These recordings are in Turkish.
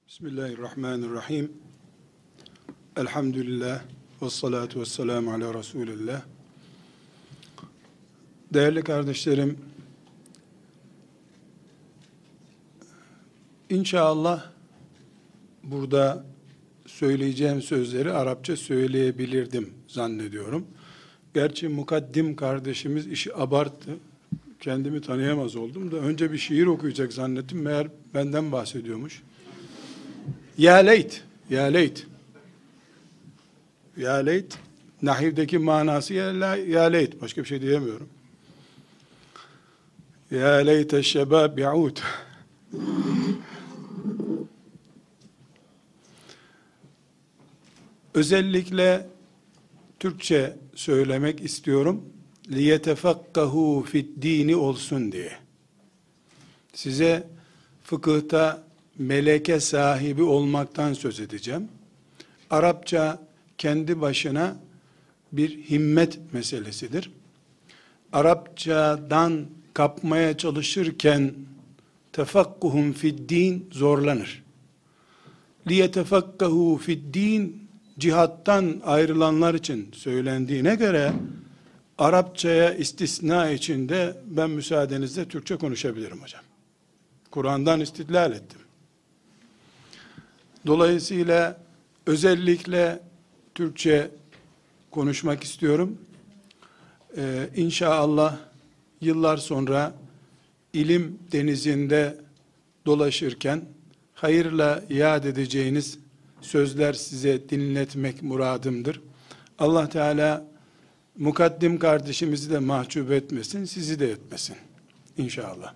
Bismillahirrahmanirrahim. Elhamdülillah ve salatu ve selamu ala Resulillah. Değerli kardeşlerim, İnşallah burada söyleyeceğim sözleri Arapça söyleyebilirdim zannediyorum. Gerçi mukaddim kardeşimiz işi abarttı. Kendimi tanıyamaz oldum da önce bir şiir okuyacak zannettim. Meğer benden bahsediyormuş. Ya leyt, ya leyt. Ya leyt, nahivdeki manası ya leyt. Başka bir şey diyemiyorum. Ya leyte şebab ya'ud. Özellikle Türkçe söylemek istiyorum. لِيَتَفَقَّهُ فِي الدِّينِ olsun diye. Size fıkıhta meleke sahibi olmaktan söz edeceğim. Arapça kendi başına bir himmet meselesidir. Arapçadan kapmaya çalışırken tefakkuhum fi'd-din zorlanır. لِيَتَفَقَّهُ fi'd-din cihattan ayrılanlar için söylendiğine göre Arapçaya istisna içinde ben müsaadenizle Türkçe konuşabilirim hocam. Kur'an'dan istidlal ettim. Dolayısıyla özellikle Türkçe konuşmak istiyorum. İnşallah yıllar sonra ilim denizinde dolaşırken hayırla yad edeceğiniz sözler size dinletmek muradımdır. Allah Teala mukaddim kardeşimizi de mahcup etmesin, sizi de etmesin. İnşallah.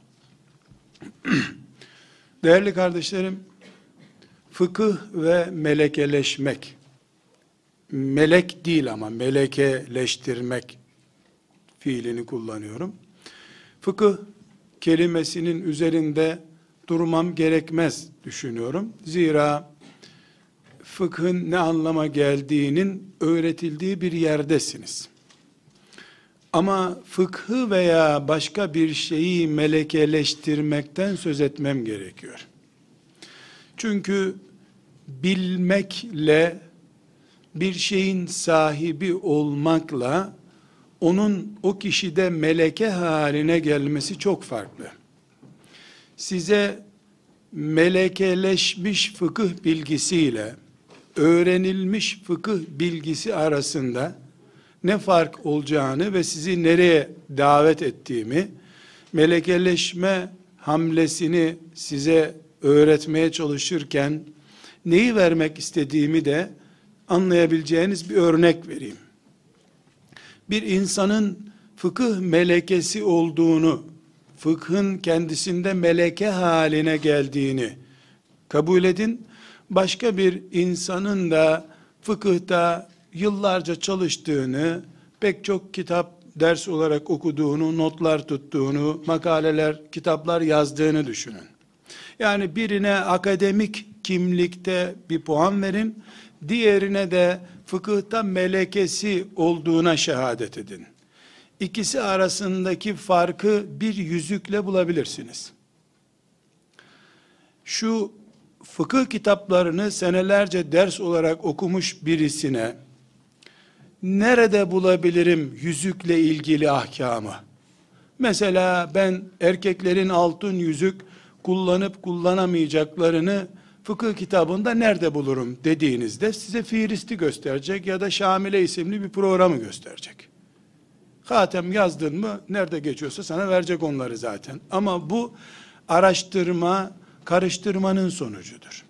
Değerli kardeşlerim, fıkıh ve melekeleşmek, melek değil ama melekeleştirmek fiilini kullanıyorum. Fıkıh kelimesinin üzerinde durmam gerekmez düşünüyorum. Zira fıkhın ne anlama geldiğinin öğretildiği bir yerdesiniz. Ama fıkhı veya başka bir şeyi melekeleştirmekten söz etmem gerekiyor. Çünkü bilmekle bir şeyin sahibi olmakla onun o kişide meleke haline gelmesi çok farklı. Size melekeleşmiş fıkıh bilgisiyle öğrenilmiş fıkıh bilgisi arasında ne fark olacağını ve sizi nereye davet ettiğimi, melekeleşme hamlesini size öğretmeye çalışırken neyi vermek istediğimi de anlayabileceğiniz bir örnek vereyim. Bir insanın fıkıh melekesi olduğunu, fıkhın kendisinde meleke haline geldiğini kabul edin. Başka bir insanın da fıkıhta yıllarca çalıştığını, pek çok kitap ders olarak okuduğunu, notlar tuttuğunu, makaleler, kitaplar yazdığını düşünün. Yani birine akademik kimlikte bir puan verin, diğerine de fıkıhta melekesi olduğuna şehadet edin. İkisi arasındaki farkı bir yüzükle bulabilirsiniz. Şu fıkıh kitaplarını senelerce ders olarak okumuş birisine nerede bulabilirim yüzükle ilgili ahkamı? Mesela ben erkeklerin altın yüzük kullanıp kullanamayacaklarını fıkıh kitabında nerede bulurum dediğinizde size Fihristi gösterecek ya da Şamile isimli bir programı gösterecek. Hatem yazdın mı nerede geçiyorsa sana verecek onları zaten. Ama bu araştırma, karıştırmanın sonucudur.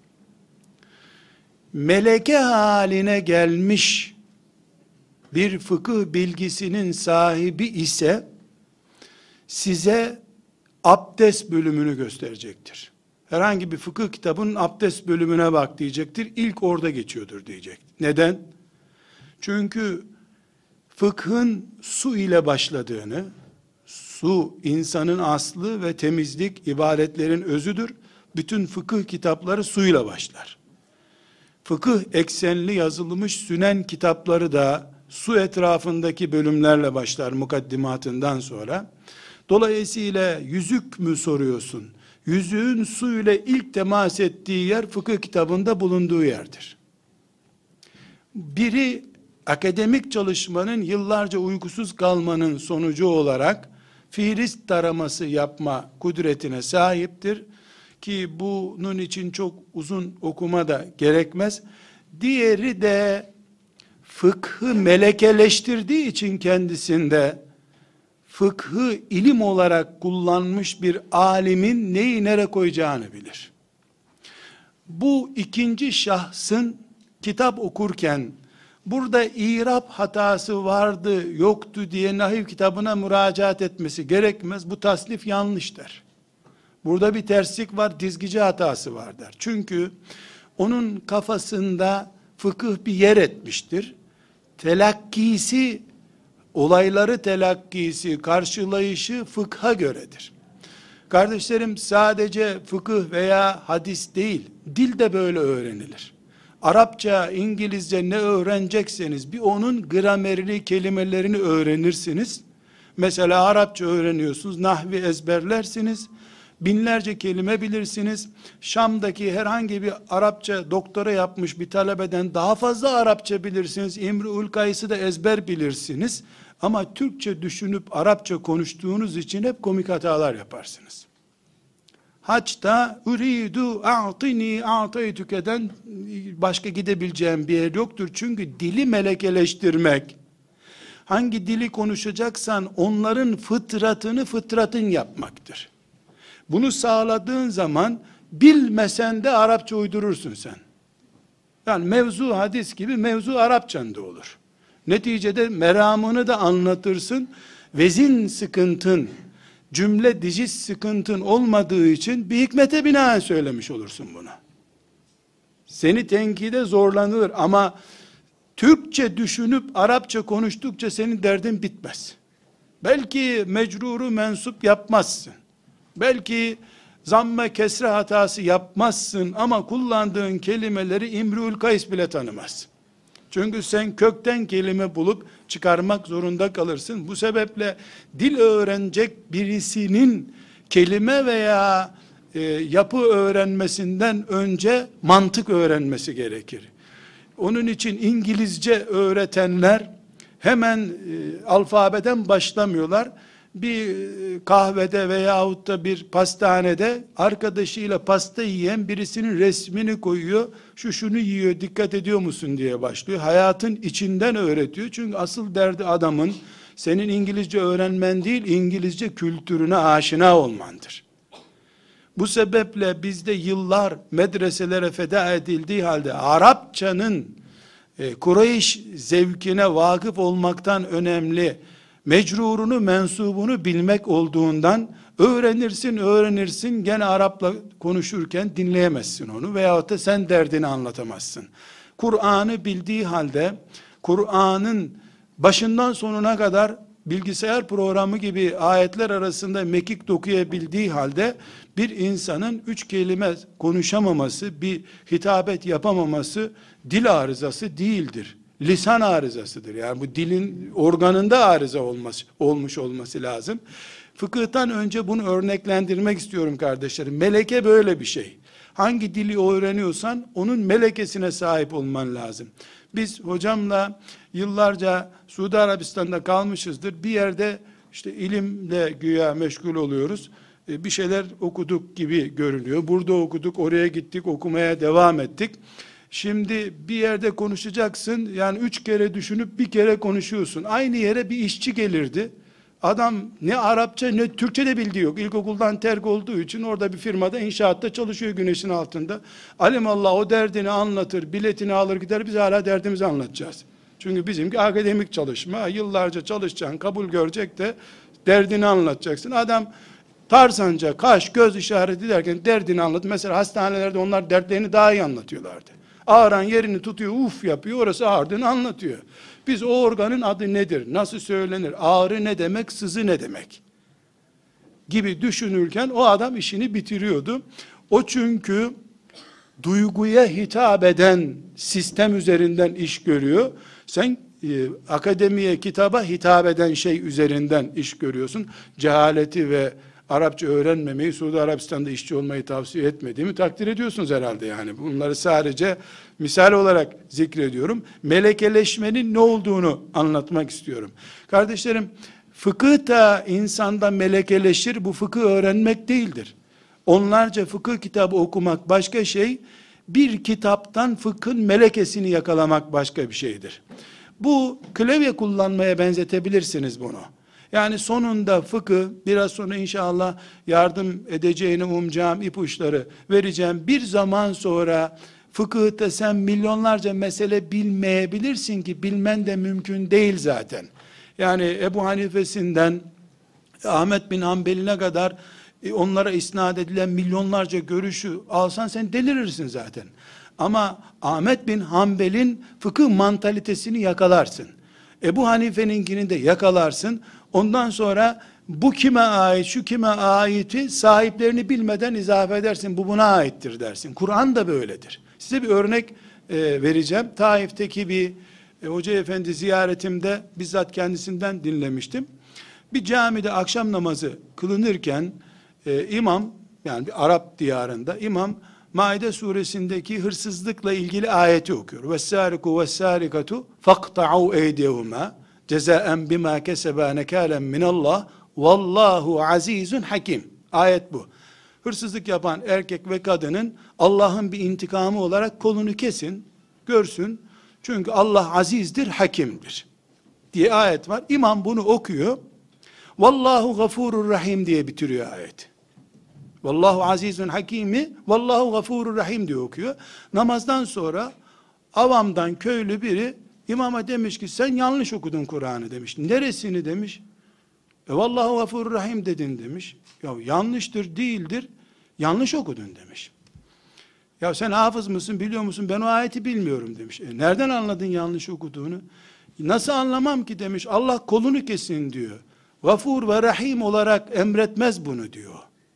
Meleke haline gelmiş bir fıkıh bilgisinin sahibi ise size abdest bölümünü gösterecektir. Herhangi bir fıkıh kitabının abdest bölümüne bak diyecektir. İlk orada geçiyordur diyecek. Neden? Çünkü fıkhın su ile başladığını, su insanın aslı ve temizlik ibadetlerin özüdür. Bütün fıkıh kitapları suyla başlar. Fıkıh eksenli yazılmış sünen kitapları da su etrafındaki bölümlerle başlar mukaddimatından sonra. Dolayısıyla yüzük mü soruyorsun? yüzüğün su ile ilk temas ettiği yer fıkıh kitabında bulunduğu yerdir. Biri akademik çalışmanın, yıllarca uykusuz kalmanın sonucu olarak fihrist taraması yapma kudretine sahiptir ki bunun için çok uzun okuma da gerekmez. Diğeri de fıkhı melekeleştirdiği için kendisinde fıkhı ilim olarak kullanmış bir alimin neyi nereye koyacağını bilir. Bu ikinci şahsın kitap okurken burada irab hatası vardı yoktu diye nahiv kitabına müracaat etmesi gerekmez. Bu tasnif yanlıştır. Burada bir terslik var, dizgici hatası var der. Çünkü onun kafasında fıkıh bir yer etmiştir. Telakkisi, olayları telakkisi, karşılayışı fıkha göredir. Kardeşlerim, sadece fıkıh veya hadis değil, dil de böyle öğrenilir. Arapça, İngilizce ne öğrenecekseniz bir onun gramerini, kelimelerini öğrenirsiniz. Mesela Arapça öğreniyorsunuz, nahvi ezberlersiniz, binlerce kelime bilirsiniz. Şam'daki herhangi bir Arapça doktora yapmış bir talebeden daha fazla Arapça bilirsiniz. İmrül Kays'ı da ezber bilirsiniz. Ama Türkçe düşünüp Arapça konuştuğunuz için hep komik hatalar yaparsınız. Haçta uridu a'tini a'taytükeden başka gidebileceğim bir yer yoktur. Çünkü dili melekeleştirmek, hangi dili konuşacaksan onların fıtratını fıtratın yapmaktır. Bunu sağladığın zaman bilmesen de Arapça uydurursun sen. Yani mevzu hadis gibi mevzu Arapçan da olur. Neticede meramını da anlatırsın. Vezin sıkıntın, cümle dijiz sıkıntın olmadığı için bir hikmete binaen söylemiş olursun bunu. Seni tenkide zorlanır ama Türkçe düşünüp Arapça konuştukça senin derdin bitmez. Belki mecruru mensup yapmazsın. Belki zamme kesre hatası yapmazsın ama kullandığın kelimeleri İmrül Kays bile tanımaz. Çünkü sen kökten kelime bulup çıkarmak zorunda kalırsın. Bu sebeple dil öğrenecek birisinin kelime veya yapı öğrenmesinden önce mantık öğrenmesi gerekir. Onun için İngilizce öğretenler hemen alfabeden başlamıyorlar. Bir kahvede veyahut da bir pastanede arkadaşıyla pasta yiyen birisinin resmini koyuyor. Şu şunu yiyor, dikkat ediyor musun diye başlıyor. Hayatın içinden öğretiyor. Çünkü asıl derdi adamın senin İngilizce öğrenmen değil, İngilizce kültürüne aşina olmandır. Bu sebeple bizde yıllar medreselere feda edildiği halde Arapçanın Kureyş zevkine vakıf olmaktan önemli, mecrurunu, mensubunu bilmek olduğundan öğrenirsin, gene Arapla konuşurken dinleyemezsin onu veyahut da sen derdini anlatamazsın. Kur'an'ı bildiği halde, Kur'an'ın başından sonuna kadar bilgisayar programı gibi ayetler arasında mekik dokuyabildiği halde bir insanın 3 kelime konuşamaması, bir hitabet yapamaması dil arızası değildir. Lisan arızasıdır. Yani bu dilin organında arıza olmuş olması lazım. Fıkıhtan önce bunu örneklendirmek istiyorum kardeşlerim. Meleke böyle bir şey. Hangi dili öğreniyorsan onun melekesine sahip olman lazım. Biz hocamla yıllarca Suudi Arabistan'da kalmışızdır. Bir yerde işte ilimle güya meşgul oluyoruz. Bir şeyler okuduk gibi görünüyor. Burada okuduk, oraya gittik, okumaya devam ettik. Şimdi bir yerde konuşacaksın, yani 3 kere düşünüp bir kere konuşuyorsun. Aynı yere bir işçi gelirdi. Adam ne Arapça ne Türkçe de bildiği yok. İlkokuldan terk olduğu için orada bir firmada inşaatta çalışıyor güneşin altında. Alimallah o derdini anlatır, biletini alır gider, biz hala derdimizi anlatacağız. Çünkü bizimki akademik çalışma, yıllarca çalışacaksın, kabul görecek de derdini anlatacaksın. Adam tarzanca, kaş, göz işareti derken derdini anlat. Mesela hastanelerde onlar dertlerini daha iyi anlatıyorlardı. Ağıran yerini tutuyor, uf yapıyor, orası ağrıdığını anlatıyor. Biz o organın adı nedir, nasıl söylenir, ağrı ne demek, sızı ne demek gibi düşünürken o adam işini bitiriyordu. O çünkü duyguya hitap eden sistem üzerinden iş görüyor. Sen akademiye, kitaba hitap eden şey üzerinden iş görüyorsun. Cehaleti ve Arapça öğrenmemeyi, Suudi Arabistan'da işçi olmayı tavsiye etmediğimi takdir ediyorsunuz herhalde yani. Bunları sadece misal olarak zikrediyorum. Melekeleşmenin ne olduğunu anlatmak istiyorum. Kardeşlerim, fıkıh da insanda melekeleşir, bu fıkıh öğrenmek değildir. Onlarca fıkıh kitabı okumak başka şey, bir kitaptan fıkhın melekesini yakalamak başka bir şeydir. Bu klavye kullanmaya benzetebilirsiniz bunu. Yani sonunda fıkıh, biraz sonra inşallah yardım edeceğini umacağım ipuçları vereceğim. Bir zaman sonra fıkıhta sen milyonlarca mesele bilmeyebilirsin ki bilmen de mümkün değil zaten. Yani Ebu Hanife'sinden Ahmet bin Hanbel'ine kadar onlara isnat edilen milyonlarca görüşü alsan sen delirirsin zaten. Ama Ahmet bin Hanbel'in fıkıh mantalitesini yakalarsın. Ebu Hanife'ninkini de yakalarsın. Ondan sonra bu kime ait, şu kime aiti sahiplerini bilmeden izafe edersin. Bu buna aittir dersin. Kur'an da böyledir. Size bir örnek vereceğim. Taif'teki bir hoca efendi ziyaretimde bizzat kendisinden dinlemiştim. Bir camide akşam namazı kılınırken imam, yani bir Arap diyarında imam Maide suresindeki hırsızlıkla ilgili ayeti okuyor. وَالسَّارِكُ وَالسَّارِكَةُ فَاقْطَعُوا اَيْدِيهُمَا cezaen bima keseba nekalen minallah vallahu azizun hakim. Ayet bu. Hırsızlık yapan erkek ve kadının Allah'ın bir intikamı olarak kolunu kesin, görsün. Çünkü Allah azizdir, hakimdir diye ayet var. İmam bunu okuyor. Vallahu gafurur rahim diye bitiriyor ayet. Vallahu azizun hakimi, vallahu gafurur rahim diye okuyor. Namazdan sonra avamdan köylü biri İmama demiş ki sen yanlış okudun Kur'an'ı demiş. Neresini demiş? Vallahu gafurur rahim dedin demiş. Ya yanlıştır değildir. Yanlış okudun demiş. Ya sen hafız mısın biliyor musun? Ben o ayeti bilmiyorum demiş. Nereden anladın yanlış okuduğunu? Nasıl anlamam ki demiş. Allah kolunu kesin diyor. Gafur ve rahim olarak emretmez bunu diyor.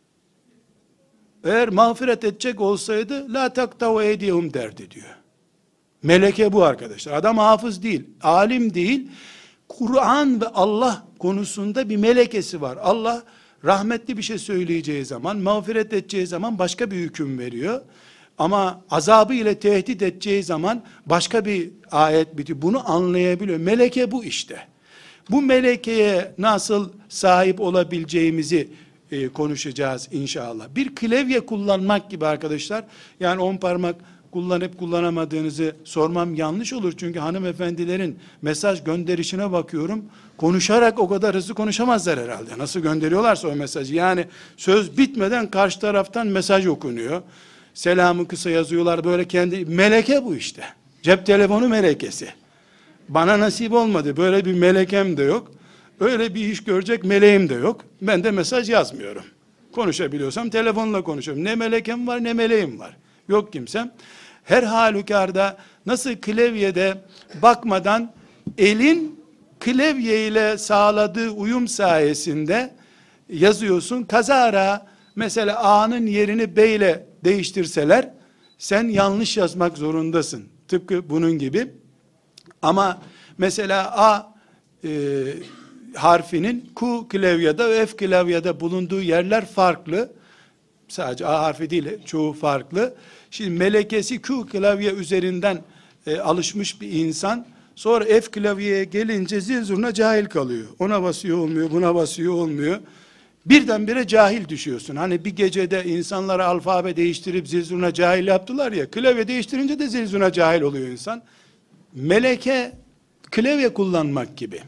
Eğer mağfiret edecek olsaydı la taktavu eydiyehum derdi diyor. Meleke bu arkadaşlar. Adam hafız değil, alim değil. Kur'an ve Allah konusunda bir melekesi var. Allah rahmetli bir şey söyleyeceği zaman, mağfiret edeceği zaman başka bir hüküm veriyor. Ama azabı ile tehdit edeceği zaman başka bir ayet bitiyor. Bunu anlayabiliyor. Meleke bu işte. Bu melekeye nasıl sahip olabileceğimizi konuşacağız inşallah. Bir klavye kullanmak gibi arkadaşlar. Yani 10 parmak kullanıp kullanamadığınızı sormam yanlış olur. Çünkü hanımefendilerin mesaj gönderişine bakıyorum. Konuşarak o kadar hızlı konuşamazlar herhalde. Nasıl gönderiyorlarsa o mesajı. Yani söz bitmeden karşı taraftan mesaj okunuyor. Selamı kısa yazıyorlar böyle kendi. Meleke bu işte. Cep telefonu melekesi. Bana nasip olmadı. Böyle bir melekem de yok. Öyle bir iş görecek meleğim de yok. Ben de mesaj yazmıyorum. Konuşabiliyorsam telefonla konuşuyorum. Ne melekem var ne meleğim var. Yok kimsem. Her halükarda nasıl klavyede bakmadan elin klavye ile sağladığı uyum sayesinde yazıyorsun. Kazara mesela A'nın yerini B ile değiştirseler sen yanlış yazmak zorundasın. Tıpkı bunun gibi. Ama mesela A harfinin Q klavyede ve F klavyede bulunduğu yerler farklı. Sadece A harfi değil, çoğu farklı. Şimdi melekesi Q klavye üzerinden alışmış bir insan, sonra F klavyeye gelince zil zurna cahil kalıyor. Ona basıyor olmuyor, buna basıyor olmuyor. Birdenbire cahil düşüyorsun. Hani bir gecede insanlara alfabe değiştirip zil zurna cahil yaptılar ya, klavye değiştirince de zil zurna cahil oluyor insan. Meleke, klavye kullanmak gibi.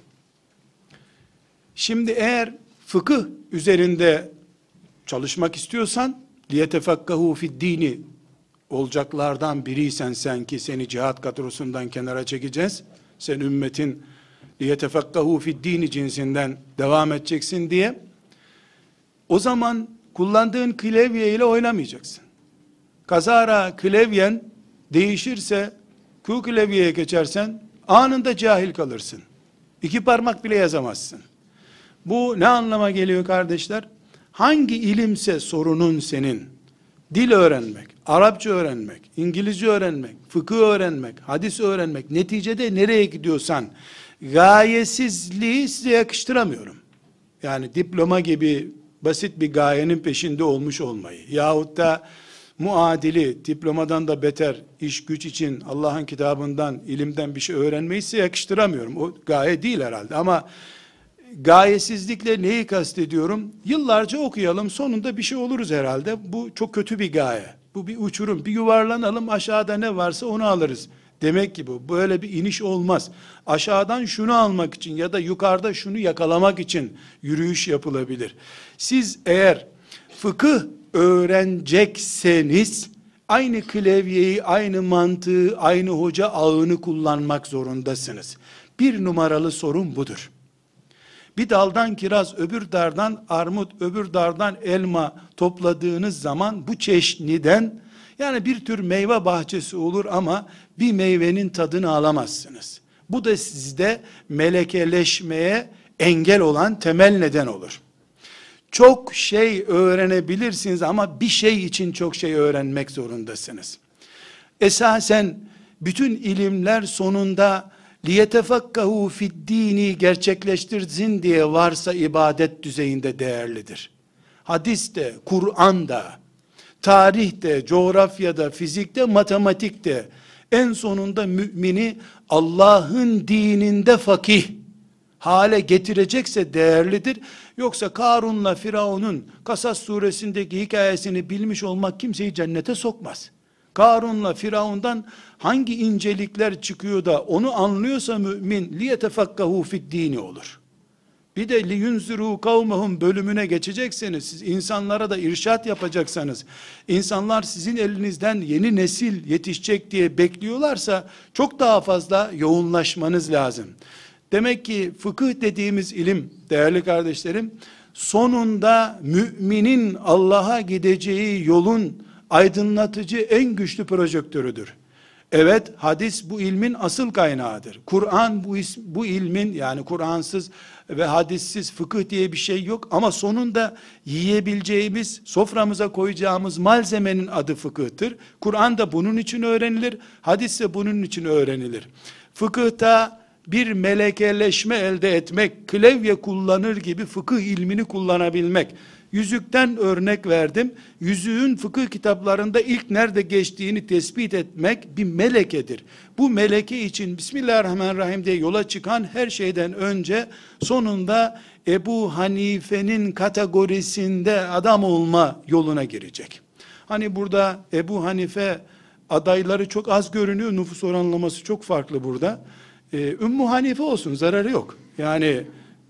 Şimdi eğer fıkıh üzerinde çalışmak istiyorsan, liyetefekkahu fi'd-dini olacaklardan biriysen sen, ki seni cihat kadrosundan kenara çekeceğiz. Sen ümmetin liyetefekkahu fi'd-dini cinsinden devam edeceksin diye. O zaman kullandığın klavye ile oynamayacaksın. Kazara klavyen değişirse, Q klavyeye geçersen anında cahil kalırsın. 2 parmak bile yazamazsın. Bu ne anlama geliyor kardeşler? Hangi ilimse sorunun senin, dil öğrenmek, Arapça öğrenmek, İngilizce öğrenmek, fıkıh öğrenmek, hadis öğrenmek, neticede nereye gidiyorsan, gayesizliği size yakıştıramıyorum. Yani diploma gibi basit bir gayenin peşinde olmuş olmayı yahut da muadili, diplomadan da beter iş güç için Allah'ın kitabından, ilimden bir şey öğrenmeyi size yakıştıramıyorum. O gaye değil herhalde ama gayesizlikle neyi kastediyorum? Yıllarca okuyalım, sonunda bir şey oluruz herhalde. Bu çok kötü bir gaye. Bu bir uçurum. Bir yuvarlanalım, aşağıda ne varsa onu alırız. Demek ki bu. Böyle bir iniş olmaz. Aşağıdan şunu almak için ya da yukarıda şunu yakalamak için yürüyüş yapılabilir. Siz eğer fıkıh öğrenecekseniz, aynı klavyeyi, aynı mantığı, aynı hoca ağını kullanmak zorundasınız. Bir numaralı sorun budur. Bir daldan kiraz, öbür dardan armut, öbür dardan elma topladığınız zaman bu çeşniden, yani bir tür meyve bahçesi olur ama bir meyvenin tadını alamazsınız. Bu da sizde melekeleşmeye engel olan temel neden olur. Çok şey öğrenebilirsiniz ama bir şey için çok şey öğrenmek zorundasınız. Esasen bütün ilimler sonunda liyetefakkahu fi'd-dini gerçekleştirsin diye varsa ibadet düzeyinde değerlidir. Hadiste, Kur'an'da, tarihte, coğrafyada, fizikte, matematikte en sonunda mümini Allah'ın dininde fakih hale getirecekse değerlidir. Yoksa Karun'la Firavun'un Kasas suresindeki hikayesini bilmiş olmak kimseyi cennete sokmaz. Karun'la Firavun'dan hangi incelikler çıkıyor da onu anlıyorsa mümin liyetefakkahu fi'd-dini olur. Bir de liyunziru kavmehum bölümüne geçecekseniz, siz insanlara da irşat yapacaksanız, insanlar sizin elinizden yeni nesil yetişecek diye bekliyorlarsa çok daha fazla yoğunlaşmanız lazım. Demek ki fıkıh dediğimiz ilim değerli kardeşlerim, sonunda müminin Allah'a gideceği yolun aydınlatıcı en güçlü projektörüdür. Evet, hadis bu ilmin asıl kaynağıdır. Kur'an bu ilmin, yani Kur'ansız ve hadissiz fıkıh diye bir şey yok ama sonunda yiyebileceğimiz, soframıza koyacağımız malzemenin adı fıkıhtır. Kur'an da bunun için öğrenilir, hadis de bunun için öğrenilir. Fıkıhta bir melekeleşme elde etmek, klavye kullanır gibi fıkıh ilmini kullanabilmek. Yüzükten örnek verdim. Yüzüğün fıkıh kitaplarında ilk nerede geçtiğini tespit etmek bir melekedir. Bu meleke için Bismillahirrahmanirrahim diye yola çıkan her şeyden önce sonunda Ebu Hanife'nin kategorisinde adam olma yoluna girecek. Hani burada Ebu Hanife adayları çok az görünüyor, nüfus oranlaması çok farklı burada. Ümmü Hanife olsun, zararı yok. Yani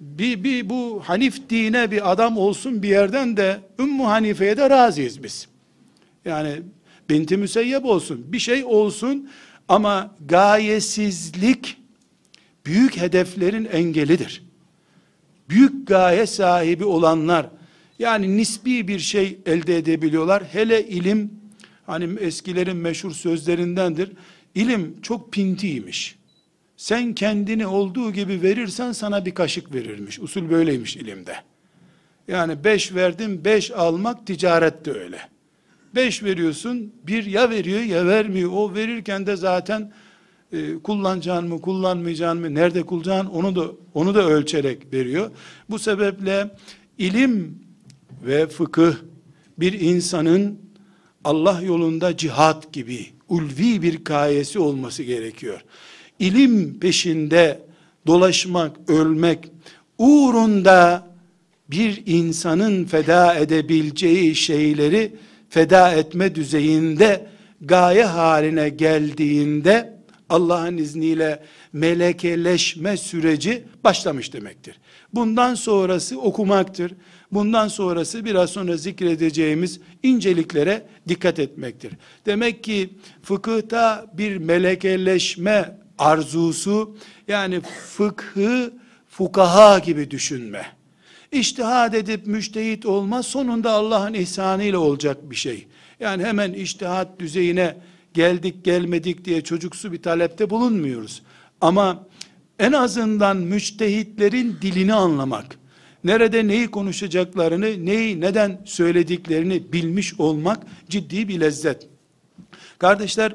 bu Hanif dine bir adam olsun bir yerden de Ümmü Hanife'ye de razıyız biz. Yani Binti Müseyyep olsun, bir şey olsun ama gayesizlik büyük hedeflerin engelidir. Büyük gaye sahibi olanlar yani nisbi bir şey elde edebiliyorlar. Hele ilim, hani eskilerin meşhur sözlerindendir. İlim çok pintiymiş. Sen kendini olduğu gibi verirsen sana bir kaşık verirmiş. Usul böyleymiş ilimde. Yani 5 verdim, 5 almak ticarette öyle. 5 veriyorsun, bir ya veriyor ya vermiyor. O verirken de zaten kullanacağın mı, kullanmayacağın mı, nerede kullanacağın onu da ölçerek veriyor. Bu sebeple ilim ve fıkıh bir insanın Allah yolunda cihat gibi ulvi bir gayesi olması gerekiyor. İlim peşinde dolaşmak, ölmek uğrunda bir insanın feda edebileceği şeyleri feda etme düzeyinde gaye haline geldiğinde Allah'ın izniyle melekeleşme süreci başlamış demektir. Bundan sonrası okumaktır. Bundan sonrası biraz sonra zikredeceğimiz inceliklere dikkat etmektir. Demek ki fıkıhta bir melekeleşme arzusu, yani fıkhı fukaha gibi düşünme. İçtihad edip müştehit olmaz, sonunda Allah'ın ihsanıyla olacak bir şey. Yani hemen içtihat düzeyine geldik gelmedik diye çocuksu bir talepte bulunmuyoruz. Ama en azından müçtehitlerin dilini anlamak, nerede neyi konuşacaklarını, neyi neden söylediklerini bilmiş olmak ciddi bir lezzet. Kardeşler,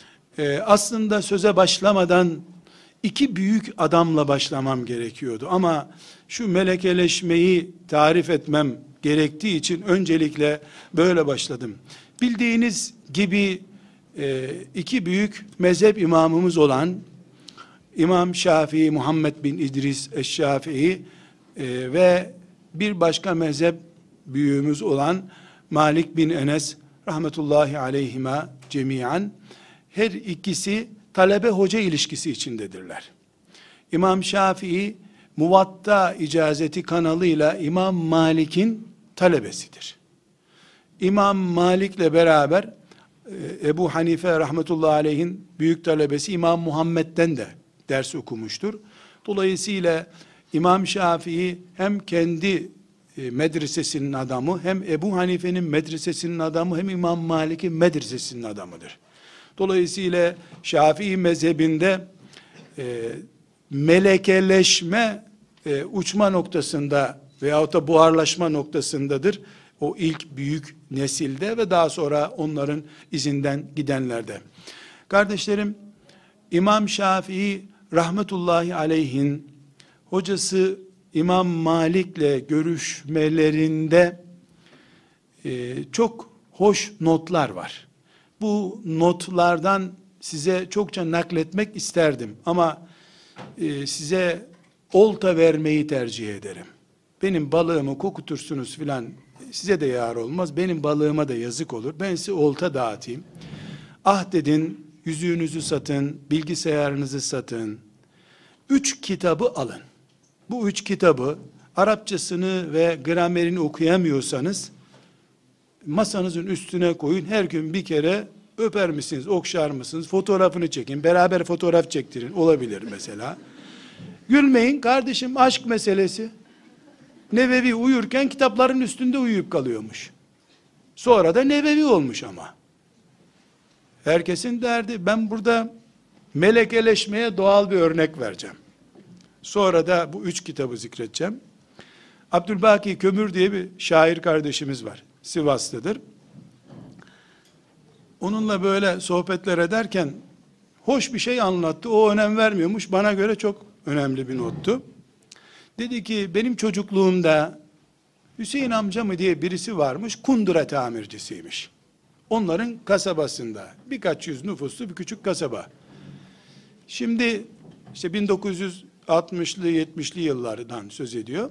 aslında söze başlamadan iki büyük adamla başlamam gerekiyordu. Ama şu melekeleşmeyi tarif etmem gerektiği için öncelikle böyle başladım. Bildiğiniz gibi iki büyük mezhep imamımız olan İmam Şafii Muhammed bin İdris eş-Şafii ve bir başka mezhep büyüğümüz olan Malik bin Enes rahmetullahi aleyhima cemiyan, her ikisi talebe hoca ilişkisi içindedirler. İmam Şafii Muvatta icazeti kanalıyla İmam Malik'in talebesidir. İmam Malik'le beraber Ebu Hanife rahmetullahi aleyhin büyük talebesi İmam Muhammed'den de ders okumuştur. Dolayısıyla İmam Şafii hem kendi medresesinin adamı, hem Ebu Hanife'nin medresesinin adamı, hem İmam Malik'in medresesinin adamıdır. Dolayısıyla Şafii mezhebinde melekeleşme uçma noktasında veyahut da buharlaşma noktasındadır. O ilk büyük nesilde ve daha sonra onların izinden gidenlerde. Kardeşlerim, İmam Şafii rahmetullahi aleyhin hocası İmam Malik'le görüşmelerinde çok hoş notlar var. Bu notlardan size çokça nakletmek isterdim ama size olta vermeyi tercih ederim. Benim balığımı kokutursunuz filan, size de yar olmaz, benim balığıma da yazık olur. Ben size olta dağıtayım. Ah dedin, yüzüğünüzü satın, bilgisayarınızı satın. 3 kitabı alın. Bu 3 kitabı Arapçasını ve gramerini okuyamıyorsanız masanızın üstüne koyun. Her gün bir kere öper misiniz, okşar mısınız, fotoğrafını çekin, beraber fotoğraf çektirin, olabilir mesela. Gülmeyin kardeşim, aşk meselesi. Nevevi uyurken kitapların üstünde uyuyup kalıyormuş. Sonra da Nevevi olmuş ama. Herkesin derdi. Ben burada melekeleşmeye doğal bir örnek vereceğim. Sonra da bu 3 kitabı zikredeceğim. Abdülbaki Kömür diye bir şair kardeşimiz var. Sivaslıdır. Onunla böyle sohbetler ederken hoş bir şey anlattı. O önem vermiyormuş. Bana göre çok önemli bir nottu. Dedi ki benim çocukluğumda Hüseyin amca mı diye birisi varmış, kundura tamircisiymiş. Onların kasabasında birkaç yüz nüfuslu bir küçük kasaba. Şimdi işte 1960'lı 70'li yıllardan söz ediyor.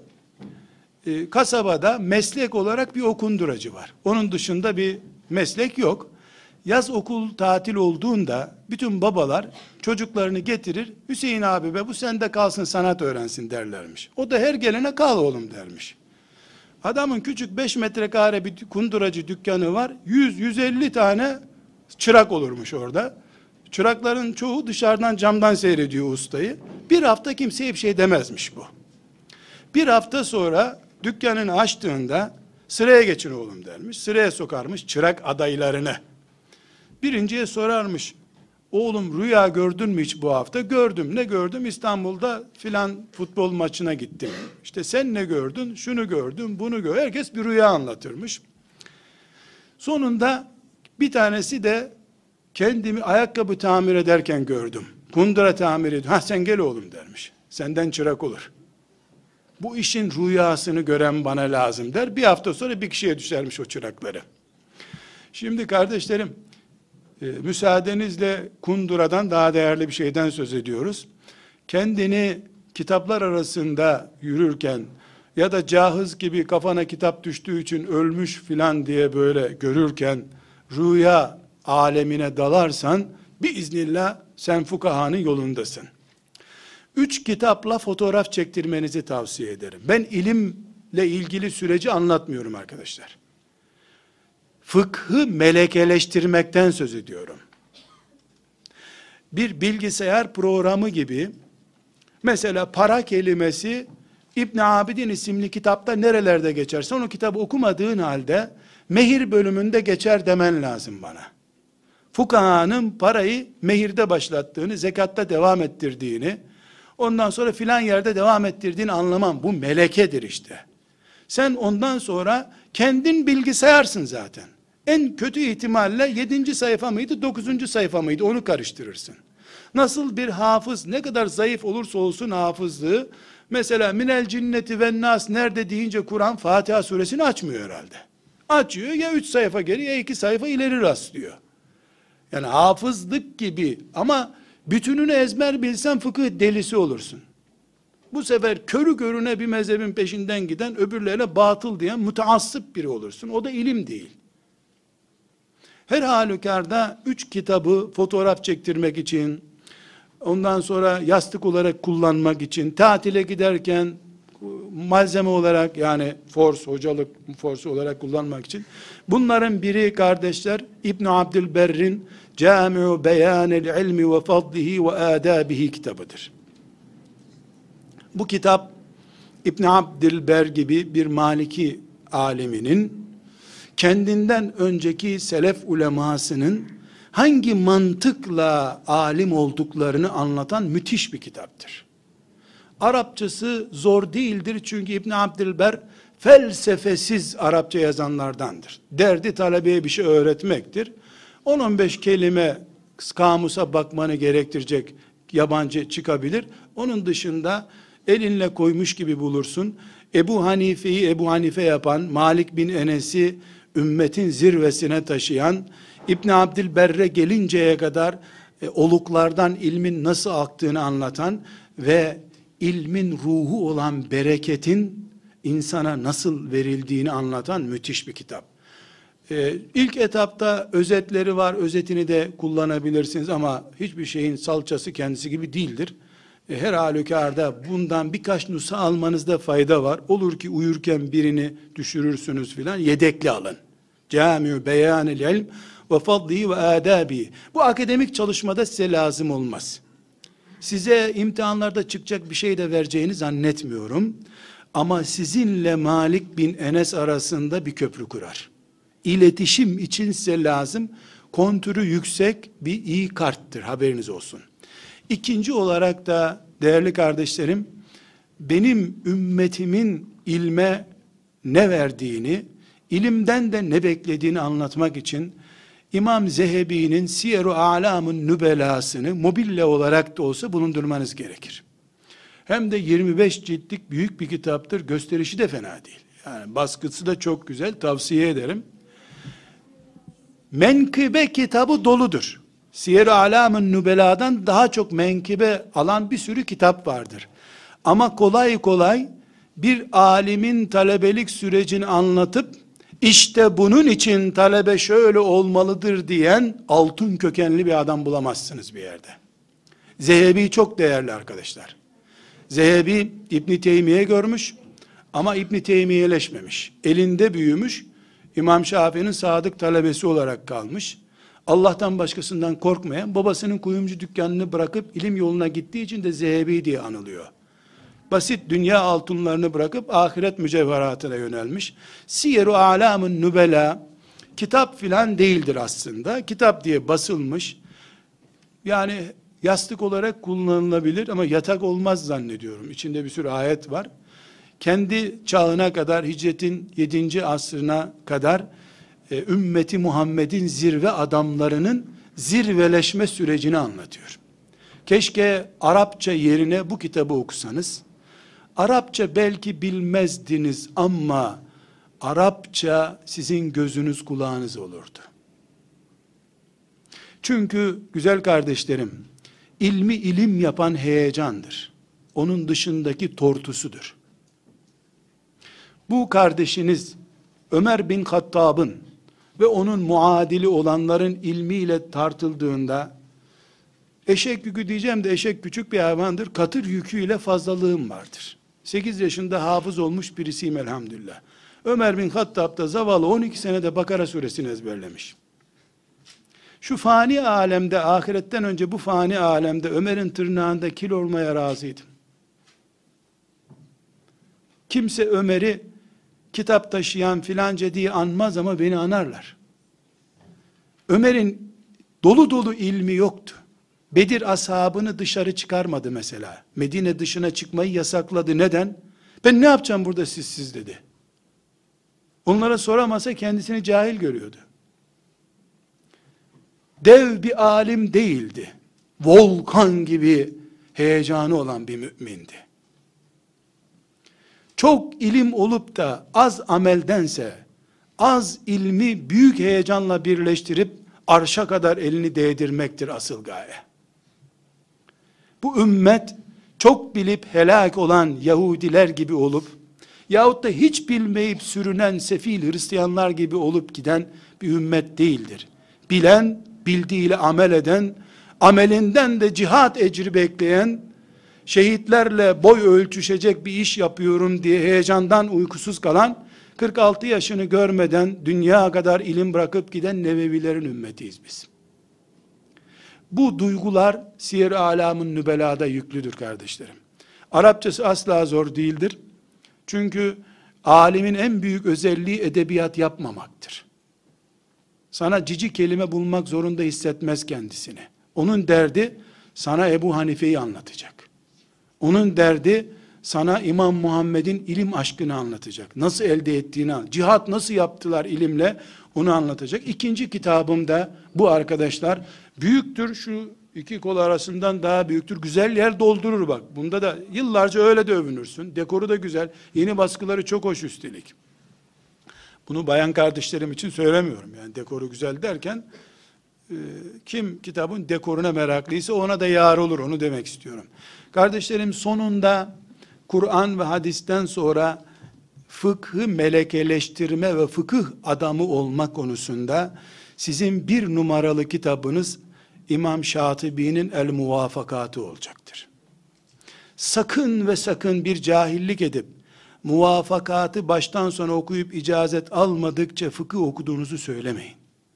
Kasabada meslek olarak bir okunduracı var. Onun dışında bir meslek yok. Yaz okul tatil olduğunda bütün babalar çocuklarını getirir. Hüseyin abi be bu sende kalsın, sanat öğrensin derlermiş. O da her gelene kal oğlum dermiş. Adamın küçük 5 metrekare bir kunduracı dükkanı var. 100-150 tane çırak olurmuş orada. Çırakların çoğu dışarıdan camdan seyrediyor ustayı. Bir hafta kimseye bir şey demezmiş bu. Bir hafta sonra dükkanını açtığında sıraya geçin oğlum dermiş. Sıraya sokarmış çırak adaylarını. Birinciye sorarmış. Oğlum rüya gördün mü hiç bu hafta? Gördüm. Ne gördüm? İstanbul'da filan futbol maçına gittim. İşte sen ne gördün? Şunu gördüm, bunu gördüm. Herkes bir rüya anlatırmış. Sonunda bir tanesi de kendimi ayakkabı tamir ederken gördüm. Kundura tamir ediyorum. Ha sen gel oğlum dermiş. Senden çırak olur. Bu işin rüyasını gören bana lazım der. Bir hafta sonra bir kişiye düşermiş o çırakları. Şimdi kardeşlerim, müsaadenizle kunduradan daha değerli bir şeyden söz ediyoruz. Kendini kitaplar arasında yürürken ya da cahız gibi kafana kitap düştüğü için ölmüş filan diye böyle görürken rüya alemine dalarsan biiznillah sen fukahanın yolundasın. 3 kitapla fotoğraf çektirmenizi tavsiye ederim. Ben ilimle ilgili süreci anlatmıyorum arkadaşlar. Fıkhı melekeleştirmekten söz ediyorum. Bir bilgisayar programı gibi, mesela para kelimesi İbn Abidin isimli kitapta nerelerde geçerse onu kitabı okumadığın halde mehir bölümünde geçer demen lazım bana. Fukahanın parayı mehirde başlattığını, zekatta devam ettirdiğini, ondan sonra filan yerde devam ettirdiğini anlamam. Bu melekedir işte. Sen ondan sonra kendin bilgisayarsın zaten. En kötü ihtimalle 7. sayfa mıydı, 9. sayfa mıydı onu karıştırırsın. Nasıl bir hafız ne kadar zayıf olursa olsun hafızlığı, Mesela minel cinneti ve nas nerede deyince Kur'an Fatiha suresini açmıyor herhalde. Açıyor, ya 3 sayfa geri ya 2 sayfa ileri rastlıyor. Yani hafızlık gibi, ama bütününü ezber bilsen fıkıh delisi olursun. Bu sefer körü körüne bir mezhebin peşinden giden, öbürlerine batıl diyen müteassıp biri olursun. O da ilim değil. Her halükarda 3 kitabı fotoğraf çektirmek için, ondan sonra yastık olarak kullanmak için, tatile giderken malzeme olarak, yani hocalık forsu olarak kullanmak için. Bunların biri kardeşler İbn Abdülberr'in Cami'u Beyanil İlmi ve Fadlihi ve Adabihi kitabıdır. Bu kitap İbn Abdülber gibi bir Maliki aliminin kendinden önceki selef ulemasının hangi mantıkla alim olduklarını anlatan müthiş bir kitaptır. Arapçası zor değildir çünkü İbn Abdülber felsefesiz Arapça yazanlardandır. Derdi talebeye bir şey öğretmektir. 10-15 kelime kamusa bakmanı gerektirecek yabancı çıkabilir. Onun dışında elinle koymuş gibi bulursun. Ebu Hanife'yi Ebu Hanife yapan, Malik bin Enes'i ümmetin zirvesine taşıyan, İbn Abdülberre gelinceye kadar oluklardan ilmin nasıl aktığını anlatan ve ilmin ruhu olan bereketin insana nasıl verildiğini anlatan müthiş bir kitap. İlk etapta özetleri var, özetini de kullanabilirsiniz ama hiçbir şeyin salçası kendisi gibi değildir. Her halükarda bundan birkaç nüsha almanızda fayda var. Olur ki uyurken birini düşürürsünüz filan, yedekli alın. Cami'u Beyanil İlm ve Fadlihi ve Adabi. Bu akademik çalışmada size lazım olmaz. Size imtihanlarda çıkacak bir şey de vereceğini zannetmiyorum. Ama sizinle Malik bin Enes arasında bir köprü kurar. İletişim için size lazım. Kontürü yüksek bir iyi karttır, haberiniz olsun. İkinci olarak da değerli kardeşlerim, benim ümmetimin ilme ne verdiğini, ilimden de ne beklediğini anlatmak için İmam Zehebi'nin Siyer-u A'lam'ın Nübelasını mobille olarak da olsa bulundurmanız gerekir. Hem de 25 ciltlik büyük bir kitaptır. Gösterişi de fena değil. Yani baskısı da çok güzel. Tavsiye ederim. Menkıbe kitabı doludur. Siyer-i A'lam'ın Nübela'dan daha çok menkıbe alan bir sürü kitap vardır. Ama kolay kolay bir alimin talebelik sürecini anlatıp İşte bunun için talebe şöyle olmalıdır diyen altın kökenli bir adam bulamazsınız bir yerde. Zehebi çok değerli arkadaşlar. Zehebi İbn Teymiye görmüş ama İbn Teymiyeleşmemiş. Elinde büyümüş. İmam Şafii'nin sadık talebesi olarak kalmış. Allah'tan başkasından korkmayan, babasının kuyumcu dükkanını bırakıp ilim yoluna gittiği için de Zehebi diye anılıyor. Basit dünya altınlarını bırakıp ahiret mücevheratına yönelmiş. Siyer-u A'lam'ın Nübela kitap filan değildir aslında. Kitap diye basılmış. Yani yastık olarak kullanılabilir ama yatak olmaz zannediyorum. İçinde bir sürü ayet var. Kendi çağına kadar, hicretin 7. asrına kadar ümmeti Muhammed'in zirve adamlarının zirveleşme sürecini anlatıyor. Keşke Arapça yerine bu kitabı okusanız. Arapça belki bilmezdiniz ama Arapça sizin gözünüz kulağınız olurdu. Çünkü güzel kardeşlerim, ilmi ilim yapan heyecandır. Onun dışındaki tortusudur. Bu kardeşiniz Ömer bin Hattab'ın ve onun muadili olanların ilmiyle tartıldığında, eşek yükü diyeceğim de eşek küçük bir hayvandır, katır yüküyle fazlalığım vardır. 8 yaşında hafız olmuş birisiyim elhamdülillah. Ömer bin Hattab da zavallı 12 senede Bakara suresini ezberlemiş. Şu fani alemde, ahiretten önce bu fani alemde Ömer'in tırnağında kil olmaya razıydım. Kimse Ömer'i kitap taşıyan filanca diye anmaz ama beni anarlar. Ömer'in dolu dolu ilmi yoktu. Bedir ashabını dışarı çıkarmadı mesela. Medine dışına çıkmayı yasakladı. Neden? Ben ne yapacağım burada sizsiz dedi. Onlara soramasa kendisini cahil görüyordu. Dev bir alim değildi. Volkan gibi heyecanı olan bir mümindi. çok ilim olup da az ameldense, az ilmi büyük heyecanla birleştirip arşa kadar elini değdirmektir asıl gaye. Bu ümmet çok bilip helak olan Yahudiler gibi olup yahut da hiç bilmeyip sürünen sefil Hristiyanlar gibi olup giden bir ümmet değildir. Bilen, bildiğiyle amel eden, amelinden de cihat ecri bekleyen, şehitlerle boy ölçüşecek bir iş yapıyorum diye heyecandan uykusuz kalan, 46 yaşını görmeden dünya kadar ilim bırakıp giden Nebevilerin ümmetiyiz biz. Bu duygular Siyer-i Alam'ın Nübela'da yüklüdür kardeşlerim. Arapçası asla zor değildir. Çünkü alimin en büyük özelliği edebiyat yapmamaktır. Sana cici kelime bulmak zorunda hissetmez kendisini. Onun derdi sana Ebu Hanife'yi anlatacak. Onun derdi sana İmam Muhammed'in ilim aşkını anlatacak. Nasıl elde ettiğini, cihat nasıl yaptılar ilimle onu anlatacak. İkinci kitabımda bu arkadaşlar büyüktür, şu iki kol arasından daha büyüktür. Güzel yer doldurur bak. Bunda da yıllarca öyle de övünürsün. Dekoru da güzel. Yeni baskıları çok hoş üstelik. Bunu bayan kardeşlerim için söylemiyorum. Yani dekoru güzel derken kim kitabın dekoruna meraklıysa ona da yar olur, onu demek istiyorum. Kardeşlerim, sonunda Kur'an ve hadisten sonra fıkhı melekeleştirme ve fıkıh adamı olma konusunda sizin bir numaralı kitabınız İmam Şatibi'nin El Muvafakatı olacaktır. Sakın ve sakın bir cahillik edip muvafakatı baştan sona okuyup icazet almadıkça fıkıh okuduğunuzu söylemeyin.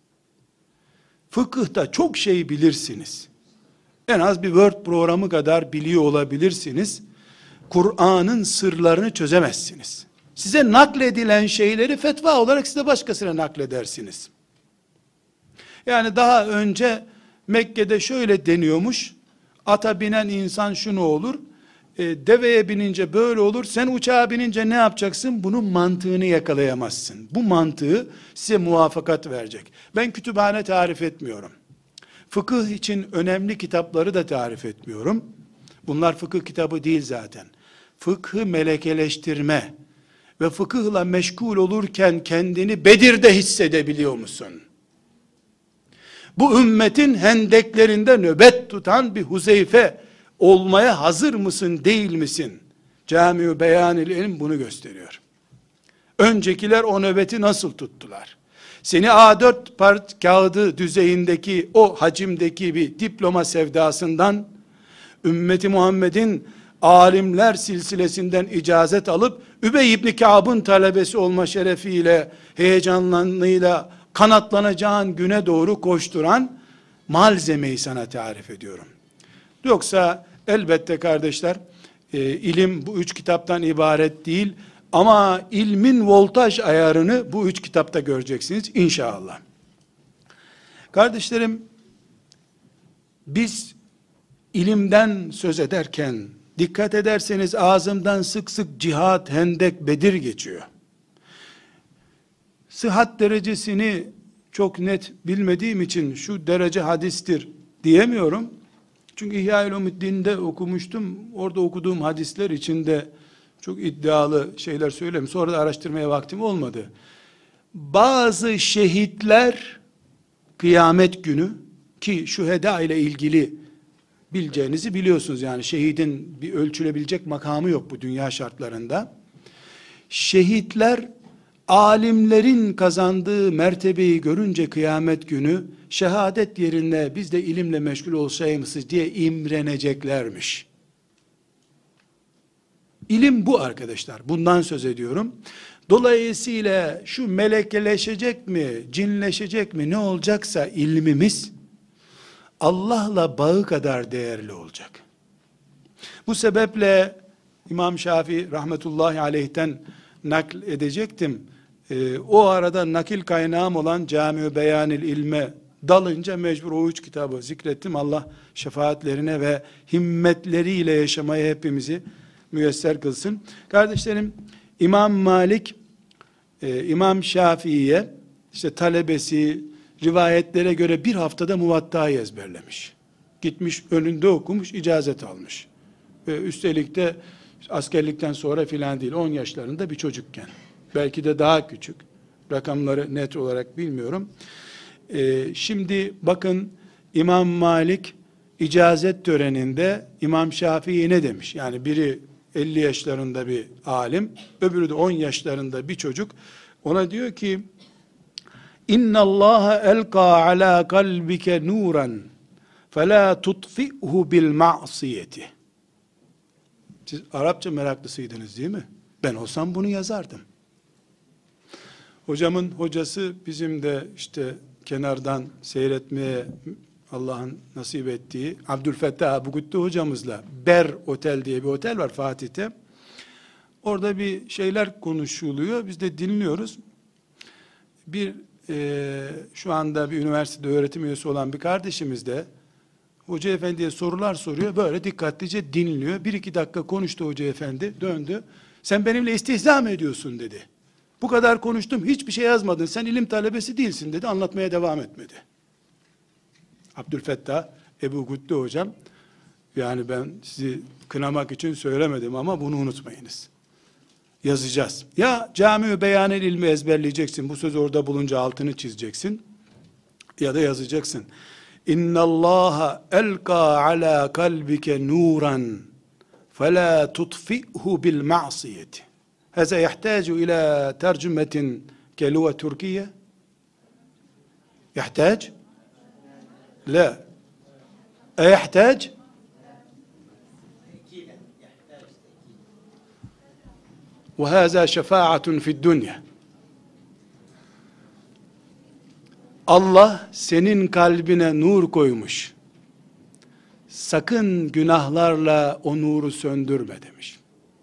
Fıkıhta çok şey bilirsiniz. En az bir Word programı kadar biliyor olabilirsiniz. Kur'an'ın sırlarını çözemezsiniz. Size nakledilen şeyleri fetva olarak size başkasına nakledersiniz. Yani daha önce Mekke'de şöyle deniyormuş, ata binen insan şunu olur, deveye binince böyle olur, sen uçağa binince ne yapacaksın? Bunun mantığını yakalayamazsın. Bu mantığı size muvafakat verecek. Ben kütüphane tarif etmiyorum. Fıkıh için önemli kitapları da tarif etmiyorum. Bunlar fıkıh kitabı değil zaten. Fıkhı melekeleştirme ve fıkıhla meşgul olurken kendini Bedir'de hissedebiliyor musun? Bu ümmetin hendeklerinde nöbet tutan bir Huzeyfe olmaya hazır mısın, değil misin? Cami-ü Beyanil İlm bunu gösteriyor. Öncekiler o nöbeti nasıl tuttular? Seni A4 kağıdı düzeyindeki o hacimdeki bir diploma sevdasından ümmeti Muhammed'in alimler silsilesinden icazet alıp Übey ibn Kâb'ın talebesi olma şerefiyle, heyecanlarıyla kanatlanacağın güne doğru koşturan malzemeyi sana tarif ediyorum. Yoksa elbette kardeşler, ilim bu üç kitaptan ibaret değil, ama ilmin voltaj ayarını bu üç kitapta göreceksiniz inşallah. Kardeşlerim, biz ilimden söz ederken dikkat ederseniz ağzımdan sık sık cihat, hendek, Bedir geçiyor. Sıhhat derecesini çok net bilmediğim için şu derece hadistir diyemiyorum. Çünkü İhya-ül Umuddin'de okumuştum. Orada okuduğum hadisler içinde çok iddialı şeyler söyleyeyim. Sonra da araştırmaya vaktim olmadı. Bazı şehitler kıyamet günü, ki şüheda ile ilgili bileceğinizi biliyorsunuz, yani şehidin bir ölçülebilecek makamı yok bu dünya şartlarında. Şehitler alimlerin kazandığı mertebeyi görünce kıyamet günü şehadet yerine biz de ilimle meşgul olsaymışız diye imreneceklermiş. İlim bu arkadaşlar. Bundan söz ediyorum. Dolayısıyla şu melekeleşecek mi, cinleşecek mi, ne olacaksa ilmimiz Allah'la bağı kadar değerli olacak. Bu sebeple İmam Şafii rahmetullahi aleyh'ten nakl edecektim. O arada nakil kaynağım olan Cami-ü Beyanil İlme dalınca mecbur o üç kitabı zikrettim. Allah şefaatlerine ve himmetleriyle yaşamaya hepimizi müyesser kılsın. Kardeşlerim, İmam Malik, İmam Şafii'ye işte talebesi rivayetlere göre bir haftada Muvatta'yı ezberlemiş. Gitmiş önünde okumuş, icazet almış. Ve üstelik de Askerlikten sonra filan değil, 10 yaşlarında bir çocukken. Belki de daha küçük. Rakamları net olarak bilmiyorum. Şimdi bakın, İmam Malik icazet töreninde İmam Şafii ne demiş? Yani biri 50 yaşlarında bir alim, öbürü de 10 yaşlarında bir çocuk. Ona diyor ki, İnna Allah elqa ala kalbike nuran fela tutfi'hu bil ma'siyeti. Siz Arapça meraklısıydınız değil mi? Ben olsam bunu yazardım. Hocamın hocası, bizim de işte kenardan seyretmeye Allah'ın nasip ettiği Abdülfettah Bugüttü hocamızla Ber Otel diye bir otel var Fatih'te. Orada bir şeyler konuşuluyor. Biz de dinliyoruz. Şu anda bir üniversitede öğretim üyesi olan bir kardeşimiz de hoca efendiye sorular soruyor. Böyle dikkatlice dinliyor. 1-2 dakika konuştu hoca efendi. Döndü. Sen benimle istihza mı ediyorsun dedi. Bu kadar konuştum, hiçbir şey yazmadın. Sen ilim talebesi değilsin dedi. Anlatmaya devam etmedi. Abdülfettah Ebu Güttü hocam, yani ben sizi kınamak için söylemedim ama bunu unutmayınız. Yazacağız. Ya Cami-ü Beyanel ilmi ezberleyeceksin. Bu söz orada bulunca altını çizeceksin. Ya da yazacaksın. İnna Allaha elqa ala kalbike nuran fela tutfi'hu bil ma'siyeti. Hâzâ yahtâcu ilâ tercümetin kelûve Türkiye. Yahtâc? La. Yahtâc? وَهَذَا شَفَاعَةٌ فِي الدُّنْيَا. Allah senin kalbine nur koymuş. Sakın günahlarla o nuru söndürme demiş.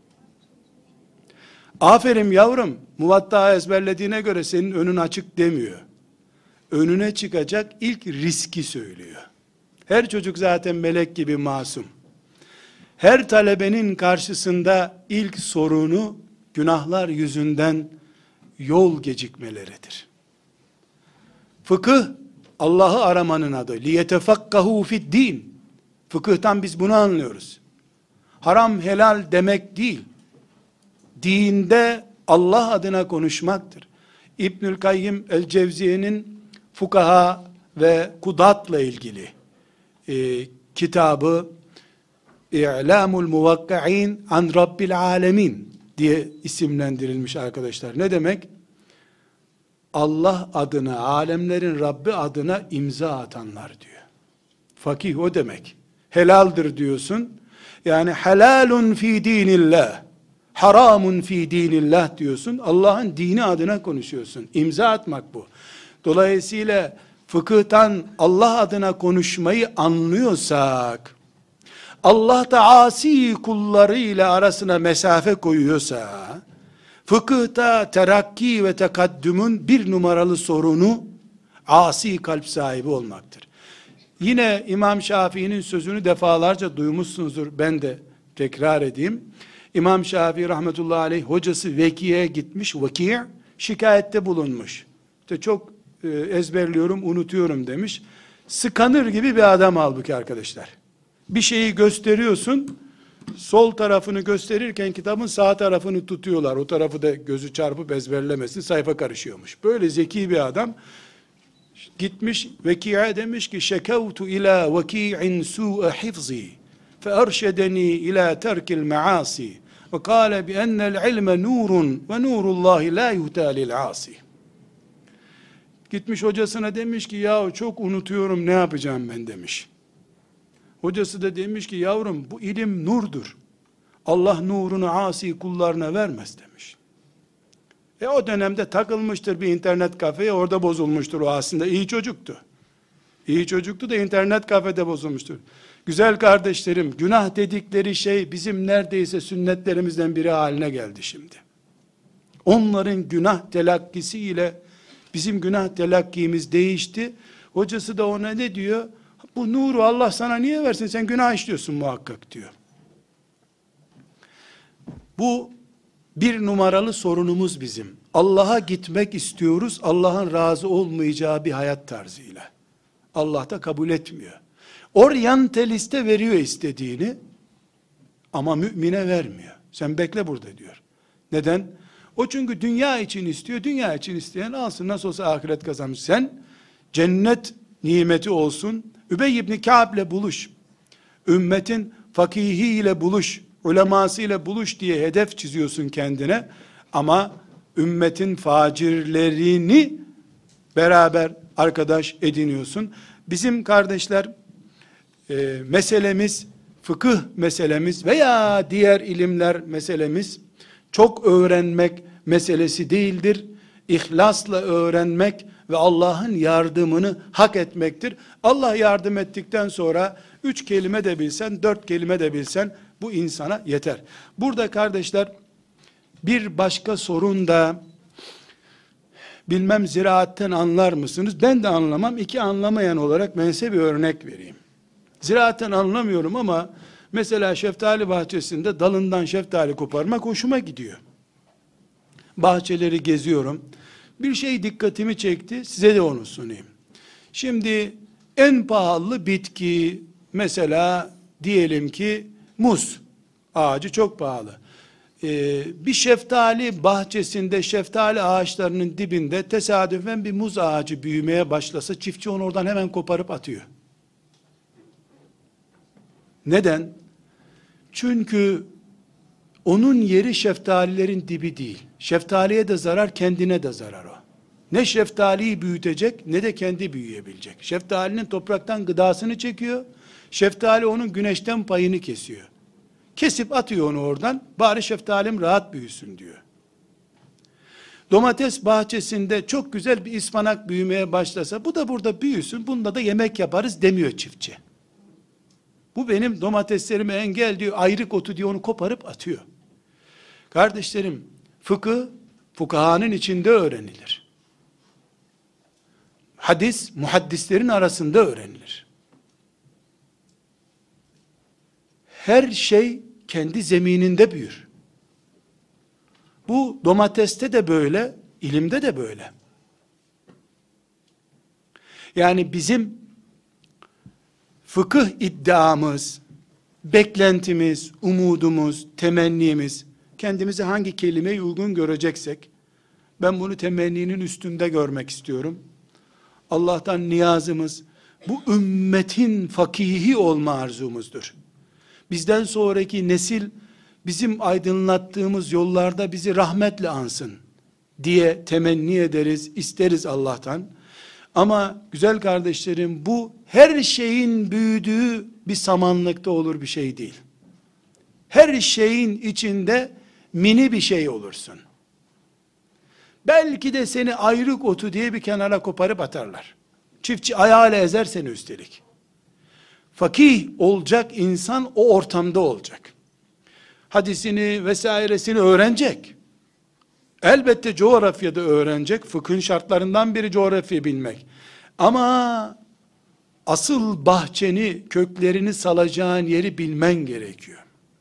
Aferin yavrum, Muvatta'yı ezberlediğine göre senin önün açık demiyor. Önüne çıkacak ilk riski söylüyor. Her çocuk zaten melek gibi masum. Her talebenin karşısında ilk sorunu günahlar yüzünden yol gecikmeleridir. Fıkıh, Allah'ı aramanın adı. لِيَتَفَقَّهُ فِي الدِّينِ. Fıkıhtan biz bunu anlıyoruz. Haram helal demek değil. Dinde Allah adına konuşmaktır. İbnül Kayyim el-Cevziye'nin fukaha ve kudatla ilgili kitabı İ'lamul Muvakki'in an Rabbil Alemin diye isimlendirilmiş arkadaşlar. Ne demek? Allah adına, alemlerin Rabbi adına imza atanlar diyor. Fakih o demek. Helaldir diyorsun. Yani helalun fi dinillah, haramun fi dinillah diyorsun. Allah'ın dini adına konuşuyorsun. İmza atmak bu. Dolayısıyla fıkıhtan Allah adına konuşmayı anlıyorsak, Allah da asi kullarıyla arasına mesafe koyuyorsa, fıkıhta terakki ve tekaddümün bir numaralı sorunu, asi kalp sahibi olmaktır. Yine İmam Şafii'nin sözünü defalarca duymuşsunuzdur, ben de tekrar edeyim. İmam Şafii rahmetullahi aleyh, hocası Veki'ye gitmiş, Veki' şikayette bulunmuş. İşte çok ezberliyorum, unutuyorum demiş. Sıkanır gibi bir adam halbuki arkadaşlar. Bir şeyi gösteriyorsun, sol tarafını gösterirken kitabın sağ tarafını tutuyorlar. O tarafı da gözü çarpıp ezberlemesin, sayfa karışıyormuş. Böyle zeki bir adam gitmiş Veki'ye, demiş ki şekevtu ila veki'in su'e hifzi fe erşedeni ila terkil maasi ve kâle bi ennel ilme nurun ve nurullahi la yuhtâ lil asi. Gitmiş hocasına demiş ki ya çok unutuyorum, ne yapacağım ben demiş. Hocası da demiş ki yavrum bu ilim nurdur. Allah nurunu asi kullarına vermez demiş. O dönemde takılmıştır bir internet kafeye, orada bozulmuştur o, aslında iyi çocuktu. İyi çocuktu da internet kafede bozulmuştur. Güzel kardeşlerim, günah dedikleri şey bizim neredeyse sünnetlerimizden biri haline geldi şimdi. Onların günah telakkisiyle bizim günah telakkimiz değişti. Hocası da ona ne diyor? Bu nuru Allah sana niye versin? Sen günah işliyorsun muhakkak diyor. Bu bir numaralı sorunumuz bizim. Allah'a gitmek istiyoruz, Allah'ın razı olmayacağı bir hayat tarzıyla. Allah da kabul etmiyor. Oryantaliste veriyor istediğini ama mümine vermiyor. Sen bekle burada diyor. Neden? O çünkü dünya için istiyor. Dünya için isteyen alsın. Nasıl olsa ahiret kazanmış. Sen cennet nimeti olsun. Übey ibn Ka'b'le buluş. Ümmetin fakihiyle buluş. Ulemasıyla buluş diye hedef çiziyorsun kendine. Ama ümmetin facirlerini beraber arkadaş ediniyorsun. Bizim kardeşler meselemiz, fıkıh meselemiz veya diğer ilimler meselemiz çok öğrenmek meselesi değildir. İhlasla öğrenmek ve Allah'ın yardımını hak etmektir. Allah yardım ettikten sonra 3 kelime de bilsen, 4 kelime de bilsen bu insana yeter. Burada kardeşler bir başka sorun da, bilmem ziraatten anlar mısınız? Ben de anlamam. 2 anlamayan olarak ben size bir örnek vereyim. Ziraatten anlamıyorum ama mesela şeftali bahçesinde dalından şeftali koparmak hoşuma gidiyor. Bahçeleri geziyorum. Bir şey dikkatimi çekti. Size de onu sunayım. Şimdi en pahalı bitki mesela diyelim ki muz ağacı çok pahalı. Bir şeftali bahçesinde, şeftali ağaçlarının dibinde tesadüfen bir muz ağacı büyümeye başlasa çiftçi onu oradan hemen koparıp atıyor. Neden? Çünkü onun yeri şeftalilerin dibi değil. Şeftaliye de zarar, kendine de zarar o. Ne şeftaliyi büyütecek ne de kendi büyüyebilecek. Şeftalinin topraktan gıdasını çekiyor. Şeftali onun güneşten payını kesiyor. Kesip atıyor onu oradan. Bari şeftalim rahat büyüsün diyor. Domates bahçesinde çok güzel bir ıspanak büyümeye başlasa, bu da burada büyüsün, bunda da yemek yaparız demiyor çiftçi. Bu benim domateslerime engel diyor, ayrık otu diyor, onu koparıp atıyor. Kardeşlerim, fıkıh, fukahanın içinde öğrenilir. Hadis, muhaddislerin arasında öğrenilir. Her şey kendi zemininde büyür. Bu domateste de böyle, ilimde de böyle. Yani bizim fıkıh iddiamız, beklentimiz, umudumuz, temennimiz, kendimizi hangi kelimeyi uygun göreceksek, ben bunu temenninin üstünde görmek istiyorum. Allah'tan niyazımız, bu ümmetin fakihi olma arzumuzdur. Bizden sonraki nesil, bizim aydınlattığımız yollarda bizi rahmetle ansın diye temenni ederiz, isteriz Allah'tan. Ama güzel kardeşlerim, bu her şeyin büyüdüğü bir samanlıkta olur bir şey değil. Her şeyin içinde mini bir şey olursun. Belki de seni ayrık otu diye bir kenara koparıp atarlar. Çiftçi ayağıyla ezer seni üstelik. Fakih olacak insan o ortamda olacak. Hadisini vesairesini öğrenecek. Elbette coğrafyada öğrenecek. Fıkhın şartlarından biri coğrafya bilmek. Ama asıl bahçeni, köklerini salacağın yeri bilmen gerekiyor.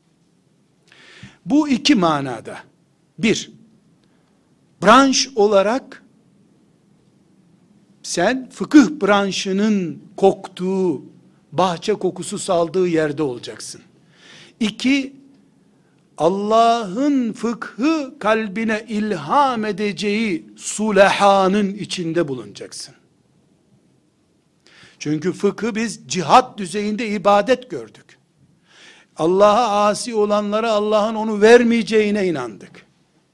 Bu 2 manada. 1, branş olarak sen fıkıh branşının koktuğu, bahçe kokusu saldığı yerde olacaksın. 2, Allah'ın fıkhı kalbine ilham edeceği sulehanın içinde bulunacaksın. Çünkü fıkhı biz cihat düzeyinde ibadet gördük. Allah'a asi olanlara Allah'ın onu vermeyeceğine inandık.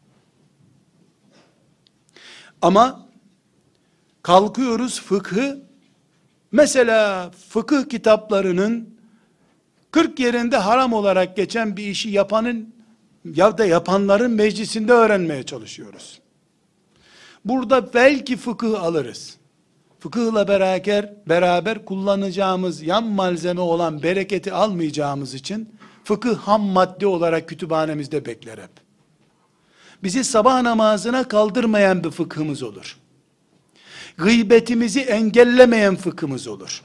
Ama kalkıyoruz fıkhı, mesela fıkıh kitaplarının 40 yerinde haram olarak geçen bir işi yapanın ya da yapanların meclisinde öğrenmeye çalışıyoruz. Burada belki fıkıh alırız. Fıkıhla beraber kullanacağımız yan malzeme olan bereketi almayacağımız için fıkıh ham madde olarak kütüphanemizde bekler hep. Bizi sabah namazına kaldırmayan bir fıkhımız olur. Gıybetimizi engellemeyen fıkhımız olur.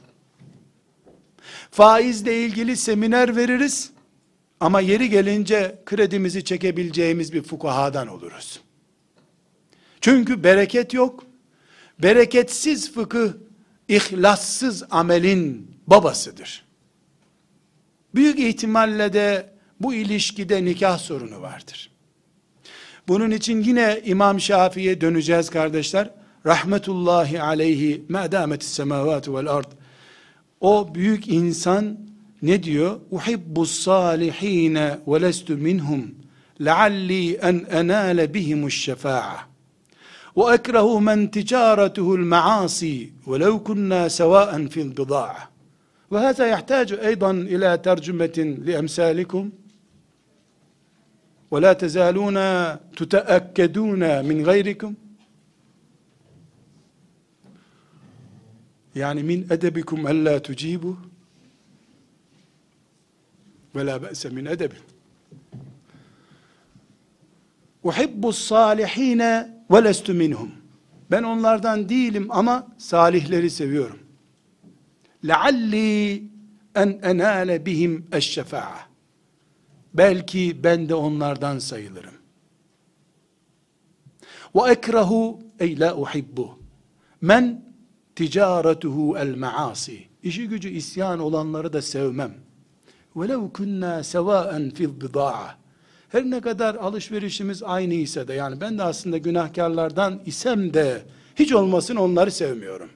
Faizle ilgili seminer veririz ama yeri gelince kredimizi çekebileceğimiz bir fukahadan oluruz. Çünkü bereket yok. Bereketsiz fıkıh, ihlassız amelin babasıdır. Büyük ihtimalle de Bu ilişkide nikah sorunu vardır. Bunun için yine İmam Şafii'ye döneceğiz kardeşler. Rahmetullahi aleyhi ma dametis semavatu vel ard. O büyük insan ne diyor? Uhibbus salihine ve lestu minhum lealli en enale bihimuş şefa'a. Ve ekrehu men ticaretuhu'l maasi ve lev kunna sevaen fil bida'a. Ve hâzâ yahtacu eydan ila tercümetin li emsâlikum. وَلَا تَزَالُونَ تُتَأَكَّدُونَ مِنْ غَيْرِكُمْ. Yani min edebikum ella tucibu ve la be'se min edebin. Uhibbus salihine ve lestu minhum. Ben onlardan değilim ama salihleri seviyorum. Lealli en enale bihim eşşefa'a. Belki ben de onlardan sayılırım. Ve ekrehu ey la uhibbu men ticaretuhu el maasi. İşi gücü isyan olanları da sevmem. Velev kunna sevaen fil bida'a. Her ne kadar alışverişimiz aynıysa da, yani ben de aslında günahkarlardan isem de hiç olmasın onları sevmiyorum.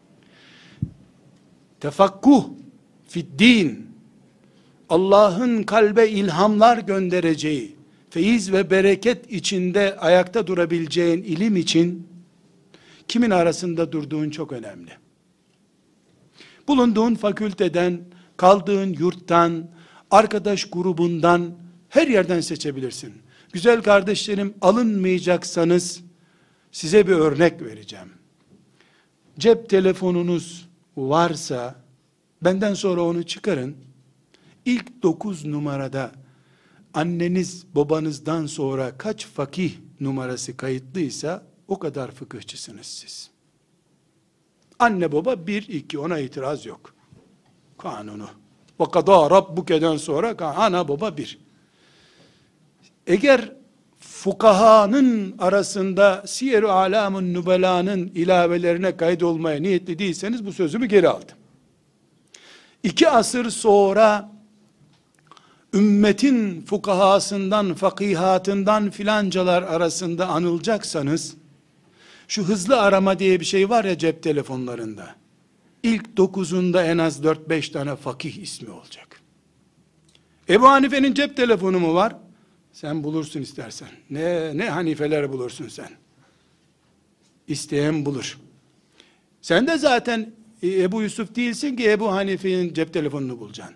Tefakkuh fi'd-din, Allah'ın kalbe ilhamlar göndereceği, feyiz ve bereket içinde ayakta durabileceğin ilim için kimin arasında durduğun çok önemli. Bulunduğun fakülteden, kaldığın yurttan, arkadaş grubundan, her yerden seçebilirsin. Güzel kardeşlerim, alınmayacaksanız size bir örnek vereceğim. Cep telefonunuz varsa benden sonra onu çıkarın. İlk 9 numarada anneniz babanızdan sonra kaç fakih numarası kayıtlıysa o kadar fıkıhçısınız siz. Anne baba 1, 2, ona itiraz yok. Kanunu. Ve kadâ rabbuke'den sonra ana baba 1. Eğer fukahanın arasında Siyer-i Alam'ın Nubela'nın ilavelerine kaydolmaya niyetli değilseniz bu sözümü geri aldım. 2 asır sonra ümmetin fukahasından, fakihatından filancalar arasında anılacaksanız, şu hızlı arama diye bir şey var ya cep telefonlarında, İlk 9'unda en az 4-5 tane fakih ismi olacak. Ebu Hanife'nin cep telefonu mu var? Sen bulursun istersen. Ne hanifeler bulursun sen. İsteyen bulur. Sen de zaten Ebu Yusuf değilsin ki Ebu Hanife'nin cep telefonunu bulacaksın.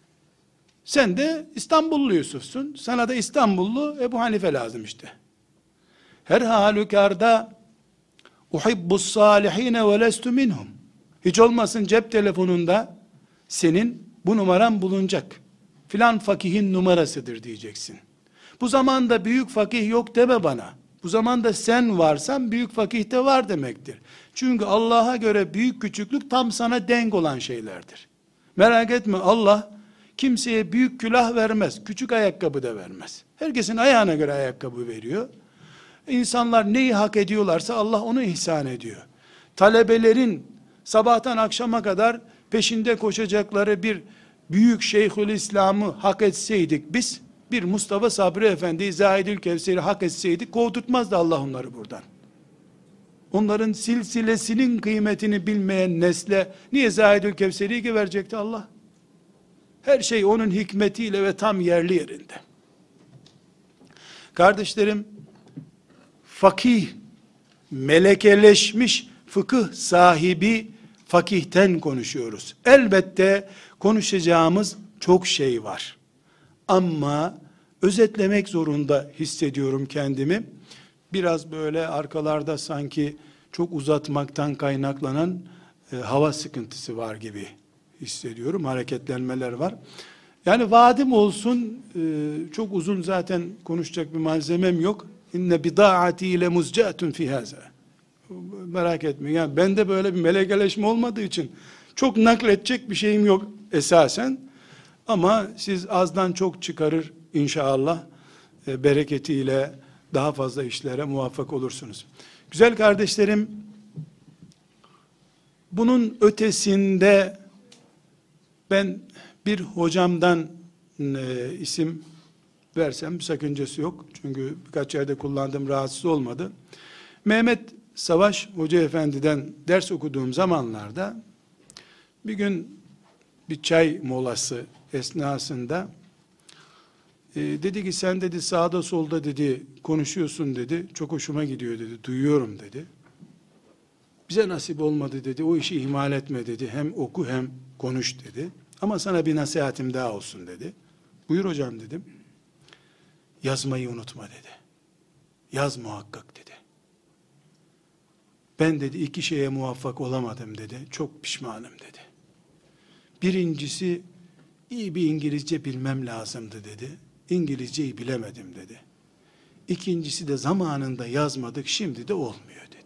Sen de İstanbullu Yusuf'sun. Sana da İstanbullu Ebu Hanife lazım işte. Her halükarda uhibbus salihine ve lestu minhum. Hiç olmasın cep telefonunda senin bu numaran bulunacak. Filan fakihin numarasıdır diyeceksin. Bu zamanda büyük fakih yok deme bana. Bu zamanda sen varsan büyük fakih de var demektir. Çünkü Allah'a göre büyük küçüklük tam sana denk olan şeylerdir. Merak etme, Allah kimseye büyük külah vermez, küçük ayakkabı da vermez. Herkesin ayağına göre ayakkabı veriyor. İnsanlar neyi hak ediyorlarsa Allah onu ihsan ediyor. Talebelerin sabahtan akşama kadar peşinde koşacakları bir büyük Şeyhülislam'ı hak etseydik biz, bir Mustafa Sabri Efendi'yi, Zahidül Kevser'i hak etseydik, kovdurtmazdı Allah onları buradan. Onların silsilesinin kıymetini bilmeyen nesle niye Zahidül Kevser'i verecekti Allah? Her şey onun hikmetiyle ve tam yerli yerinde. Kardeşlerim, fakih, melekeleşmiş fıkıh sahibi fakihten konuşuyoruz. Elbette konuşacağımız çok şey var. Ama özetlemek zorunda hissediyorum kendimi. Biraz böyle arkalarda sanki çok uzatmaktan kaynaklanan hava sıkıntısı var gibi hissediyorum. Hareketlenmeler var. Yani vaadim olsun, çok uzun zaten konuşacak bir malzemem yok. İnne bidaati ile muzcatun fi haza. Merak etmeyin. Yani bende böyle bir melekeleşme olmadığı için çok nakledecek bir şeyim yok esasen. Ama siz azdan çok çıkarır inşallah, bereketiyle daha fazla işlere muvaffak olursunuz. Güzel kardeşlerim, bunun ötesinde ben bir hocamdan isim versem bir sakıncası yok. Çünkü birkaç yerde kullandım, rahatsız olmadı. Mehmet Savaş Hoca Efendi'den ders okuduğum zamanlarda bir gün bir çay molası esnasında dedi ki sen dedi sağda solda dedi konuşuyorsun dedi. Çok hoşuma gidiyor dedi. Duyuyorum dedi. Bize nasip olmadı dedi. O işi ihmal etme dedi. Hem oku hem konuş dedi. Ama sana bir nasihatim daha olsun dedi. Buyur hocam dedim. Yazmayı unutma dedi. Yaz muhakkak dedi. Ben dedi 2 şeye muvaffak olamadım dedi. Çok pişmanım dedi. Birincisi iyi bir İngilizce bilmem lazımdı dedi. İngilizceyi bilemedim dedi. İkincisi de zamanında yazmadık, şimdi de olmuyor dedi.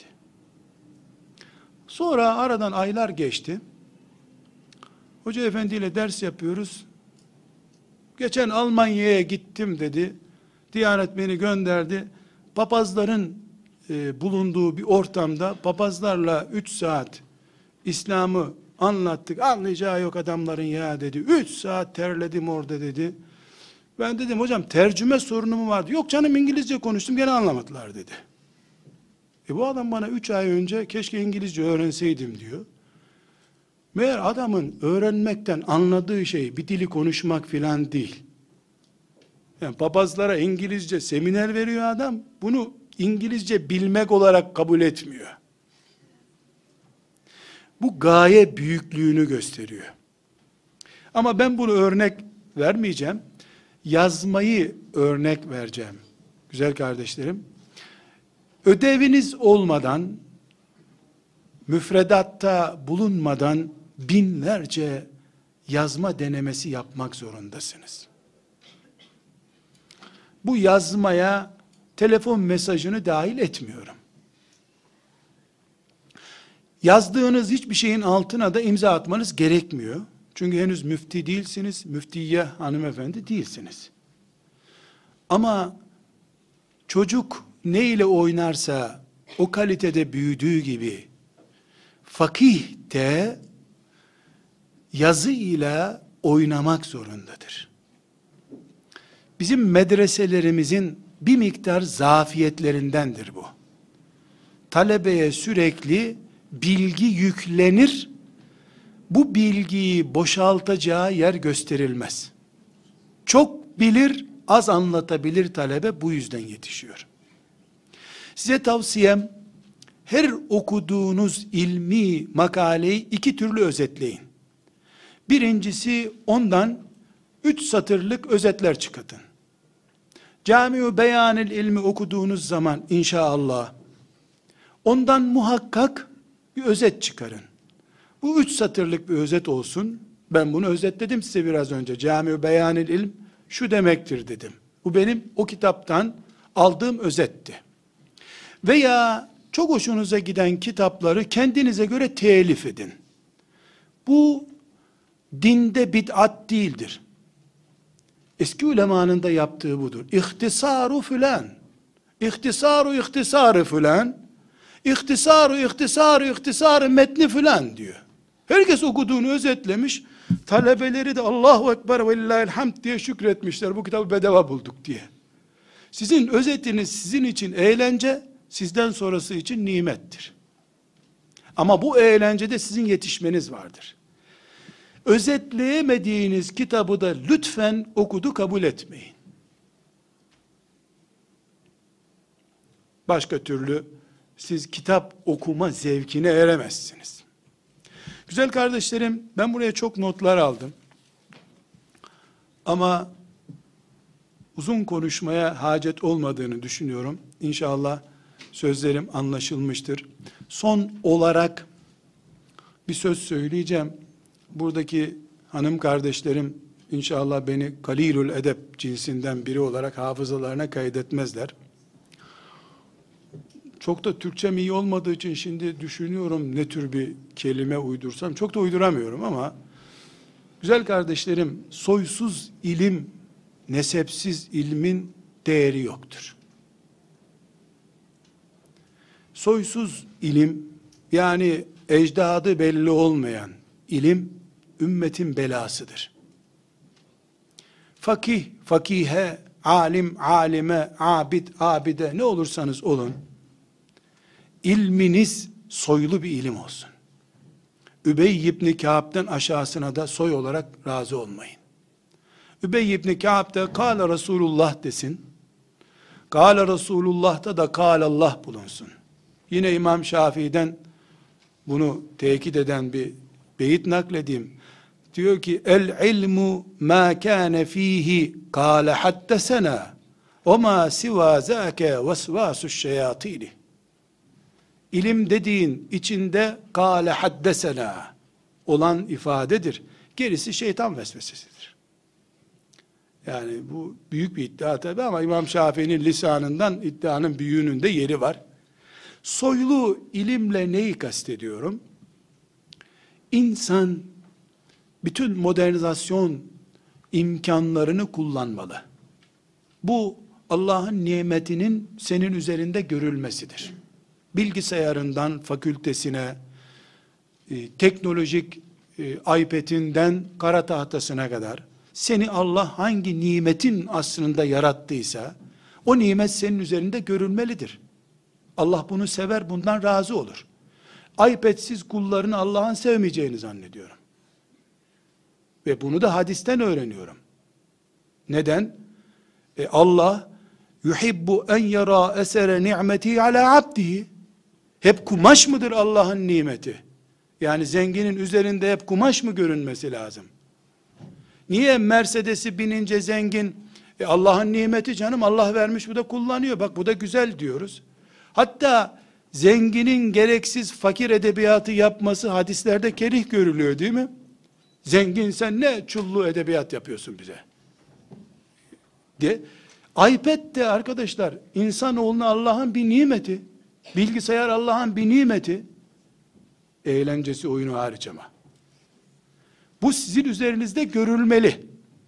Sonra aradan aylar geçti. Hoca Efendi ile ders yapıyoruz. Geçen Almanya'ya gittim dedi. Diyanet beni gönderdi. Papazların bulunduğu bir ortamda papazlarla 3 saat İslam'ı anlattık. Anlayacağı yok adamların ya dedi. 3 saat terledim orada dedi. Ben dedim hocam tercüme sorunu mu vardı? Yok canım İngilizce konuştum gene anlamadılar dedi. Bu adam bana 3 ay önce keşke İngilizce öğrenseydim diyor. Meğer adamın öğrenmekten anladığı şey bir dili konuşmak filan değil. Yani papazlara İngilizce seminer veriyor adam. Bunu İngilizce bilmek olarak kabul etmiyor. Bu gaye büyüklüğünü gösteriyor. Ama ben bunu örnek vermeyeceğim. Yazmayı örnek vereceğim. Güzel kardeşlerim. Ödeviniz olmadan, müfredatta bulunmadan binlerce yazma denemesi yapmak zorundasınız. Bu yazmaya telefon mesajını dahil etmiyorum. Yazdığınız hiçbir şeyin altına da imza atmanız gerekmiyor. Çünkü henüz müfti değilsiniz, müftiye hanımefendi değilsiniz. Ama çocuk ne ile oynarsa o kalitede büyüdüğü gibi fakih de yazı ile oynamak zorundadır. Bizim medreselerimizin bir miktar zafiyetlerindendir bu. Talebeye sürekli bilgi yüklenir, bu bilgiyi boşaltacağı yer gösterilmez. Çok bilir, az anlatabilir talebe bu yüzden yetişiyor. Size tavsiyem, her okuduğunuz ilmi makaleyi 2 türlü özetleyin. Birincisi ondan 3 satırlık özetler çıkartın. Cami-ü Beyanil ilmi okuduğunuz zaman inşallah ondan muhakkak bir özet çıkarın. Bu 3 satırlık bir özet olsun. Ben bunu özetledim size biraz önce. Cami-ü Beyanil ilm şu demektir dedim. Bu benim o kitaptan aldığım özetti. Veya çok hoşunuza giden kitapları kendinize göre telif edin. Bu dinde bid'at değildir. Eski ulemanın da yaptığı budur. İhtisaru filan. İhtisarı filan. İhtisarı metni filan diyor. Herkes okuduğunu özetlemiş. Talebeleri de Allahu Ekber ve lillahil hamd diye şükretmişler. Bu kitabı bedava bulduk diye. Sizin özetiniz sizin için eğlence, sizden sonrası için nimettir. Ama bu eğlencede sizin yetişmeniz vardır. Özetleyemediğiniz kitabı da lütfen okudu kabul etmeyin. Başka türlü siz kitap okuma zevkine eremezsiniz. Güzel kardeşlerim, ben buraya çok notlar aldım. Ama uzun konuşmaya hacet olmadığını düşünüyorum. İnşallah sözlerim anlaşılmıştır. Son olarak bir söz söyleyeceğim. Buradaki hanım kardeşlerim inşallah beni kalilül edep cinsinden biri olarak hafızalarına kaydetmezler. Çok da Türkçem iyi olmadığı için şimdi düşünüyorum ne tür bir kelime uydursam. Çok da uyduramıyorum ama güzel kardeşlerim, soysuz ilim, nesepsiz ilmin değeri yoktur. Soysuz ilim, yani ecdadı belli olmayan ilim, ümmetin belasıdır. Fakih, fakihe, alim, alime, abid, abide ne olursanız olun, ilminiz soylu bir ilim olsun. Übey ibn Kâb'den aşağısına da soy olarak razı olmayın. Übey ibn Kâb de kâle Resulullah desin. Kâle Resulullah'ta da kâle Allah bulunsun. Yine İmam Şafii'den bunu tekit eden bir beyit nakledeyim. Diyor ki el ilmu ma kana fihi kâle haddesena ve ma siva zâke vesvâsu'ş şeyâtîni. İlim dediğin içinde kâle haddesena olan ifadedir. Gerisi şeytan vesvesesidir. Yani bu büyük bir iddia tabi ama İmam Şafii'nin lisanından iddianın büyüğünün de yeri var. Soylu ilimle neyi kastediyorum? İnsan bütün modernizasyon imkanlarını kullanmalı. Bu Allah'ın nimetinin senin üzerinde görülmesidir. Bilgisayarından fakültesine, teknolojik iPad'inden kara tahtasına kadar seni Allah hangi nimetin aslında yarattıysa o nimet senin üzerinde görülmelidir. Allah bunu sever, bundan razı olur. iPad'siz kullarını Allah'ın sevmeyeceğini zannediyorum. Ve bunu da hadisten öğreniyorum. Neden? Allah yuhibbu en yara esere ni'meti ala abdihi. Hep kumaş mıdır Allah'ın nimeti? Yani zenginin üzerinde hep kumaş mı görünmesi lazım? Niye Mercedes'i binince zengin, Allah'ın nimeti canım, Allah vermiş, bu da kullanıyor, bak bu da güzel diyoruz. Hatta zenginin gereksiz fakir edebiyatı yapması hadislerde kerih görülüyor değil mi? Zengin sen ne çullu edebiyat yapıyorsun bize? De. iPad de arkadaşlar, insanoğluna Allah'ın bir nimeti. Bilgisayar Allah'ın bir nimeti. Eğlencesi, oyunu hariç ama. Bu sizin üzerinizde görülmeli.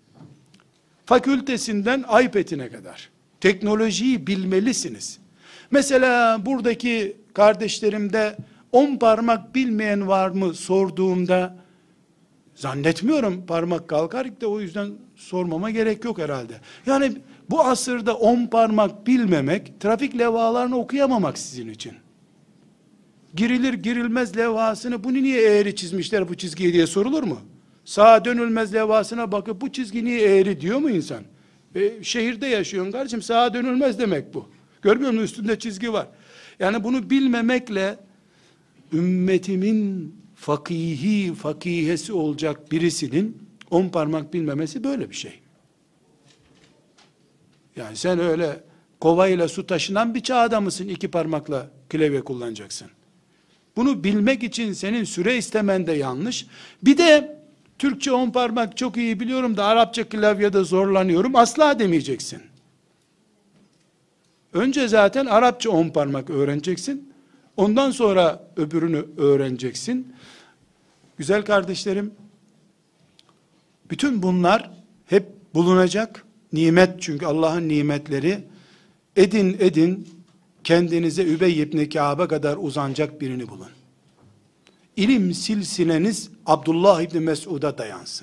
Fakültesinden iPad'ine kadar. Teknolojiyi bilmelisiniz. Mesela buradaki kardeşlerimde 10 parmak bilmeyen var mı sorduğumda, zannetmiyorum parmak kalkar da o yüzden sormama gerek yok herhalde. Yani bu asırda 10 parmak bilmemek, trafik levhalarını okuyamamak sizin için. Girilir girilmez levhasını, bunu niye eğri çizmişler bu çizgiyi diye sorulur mu? Sağa dönülmez levhasına bakıp bu çizgi niye eğri diyor mu insan? Şehirde yaşıyorsun kardeşim, sağa dönülmez demek bu. Görmüyor musun, üstünde çizgi var. Yani bunu bilmemekle ümmetimin fakihesi olacak birisinin 10 parmak bilmemesi böyle bir şey. Yani sen öyle kovayla su taşınan bir çağda mısın, 2 parmakla klavye kullanacaksın? Bunu bilmek için senin süre istemen de yanlış. Bir de Türkçe 10 parmak çok iyi biliyorum da Arapça klavyede zorlanıyorum asla demeyeceksin. Önce zaten Arapça 10 parmak öğreneceksin. Ondan sonra öbürünü öğreneceksin. Güzel kardeşlerim, bütün bunlar hep bulunacak. Nimet, çünkü Allah'ın nimetleri. Edin kendinize Übey ibn Kâb'a kadar uzanacak birini bulun. İlim silsileniz Abdullah ibn Mesud'a dayansın.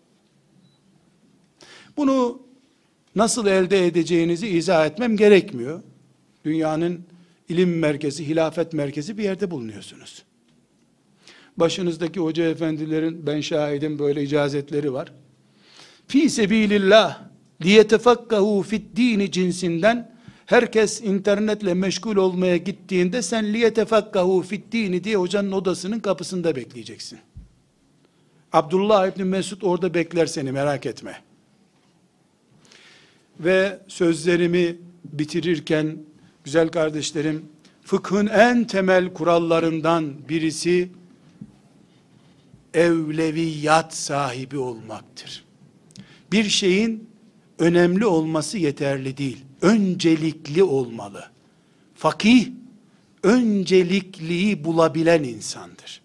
Bunu nasıl elde edeceğinizi izah etmem gerekmiyor. Dünyanın ilim merkezi, hilafet merkezi bir yerde bulunuyorsunuz. Başınızdaki hoca efendilerin, ben şahidim, böyle icazetleri var. Fi sebilillah liyetefakkahu fi'd-dini cinsinden herkes internetle meşgul olmaya gittiğinde sen liyetefakkahu fi'd-dini diye hocanın odasının kapısında bekleyeceksin. Abdullah İbni Mesud orada bekler seni, merak etme. Ve sözlerimi bitirirken güzel kardeşlerim, fıkhın en temel kurallarından birisi evleviyat sahibi olmaktır. Bir şeyin önemli olması yeterli değil. Öncelikli olmalı. Fakih, öncelikliği bulabilen insandır.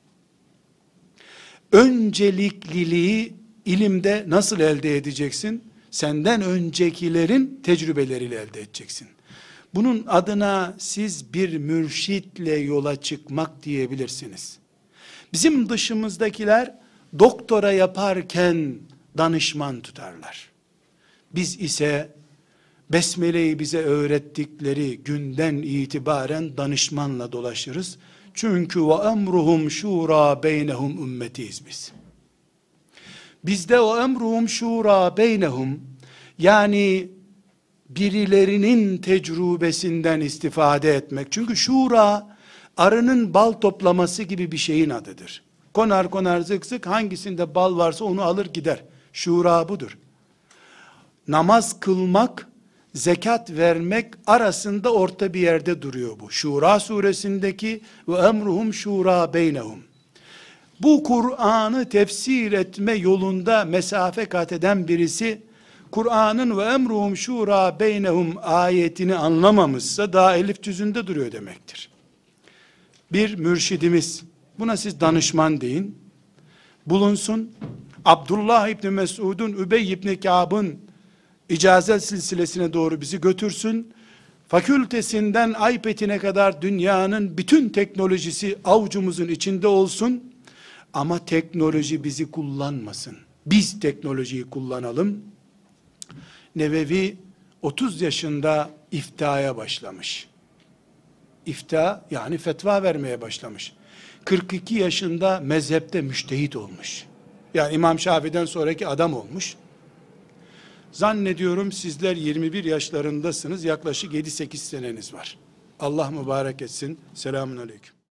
Öncelikliliği ilimde nasıl elde edeceksin? Senden öncekilerin tecrübeleriyle elde edeceksin. Bunun adına siz bir mürşitle yola çıkmak diyebilirsiniz. Bizim dışımızdakiler doktora yaparken danışman tutarlar. Biz ise Besmele'yi bize öğrettikleri günden itibaren danışmanla dolaşırız. Çünkü ve emruhum şura beynehum ümmetiyiz biz. Bizde o emruhum şura beynehum, yani birilerinin tecrübesinden istifade etmek. Çünkü şura, arının bal toplaması gibi bir şeyin adıdır. Konar konar zık zık, hangisinde bal varsa onu alır gider. Şura budur. Namaz kılmak, zekat vermek arasında orta bir yerde duruyor bu. Şura suresindeki ve emruhum şura beynehum. Bu Kur'an'ı tefsir etme yolunda mesafe kat eden birisi, Kur'an'ın ve emruhum şura beynehum ayetini anlamamışsa daha elif cüzünde duruyor demektir. Bir mürşidimiz, buna siz danışman deyin, bulunsun. Abdullah İbni Mesud'un, Übey İbni Kâb'ın icazet silsilesine doğru bizi götürsün. Fakültesinden iPad'ine kadar dünyanın bütün teknolojisi avucumuzun içinde olsun. Ama teknoloji bizi kullanmasın. Biz teknolojiyi kullanalım. Nevevi 30 yaşında iftaya başlamış. İfta yani fetva vermeye başlamış. 42 yaşında mezhepte müştehit olmuş. Yani İmam Şafii'den sonraki adam olmuş. Zannediyorum sizler 21 yaşlarındasınız. Yaklaşık 7-8 seneniz var. Allah mübarek etsin. Selamun aleyküm.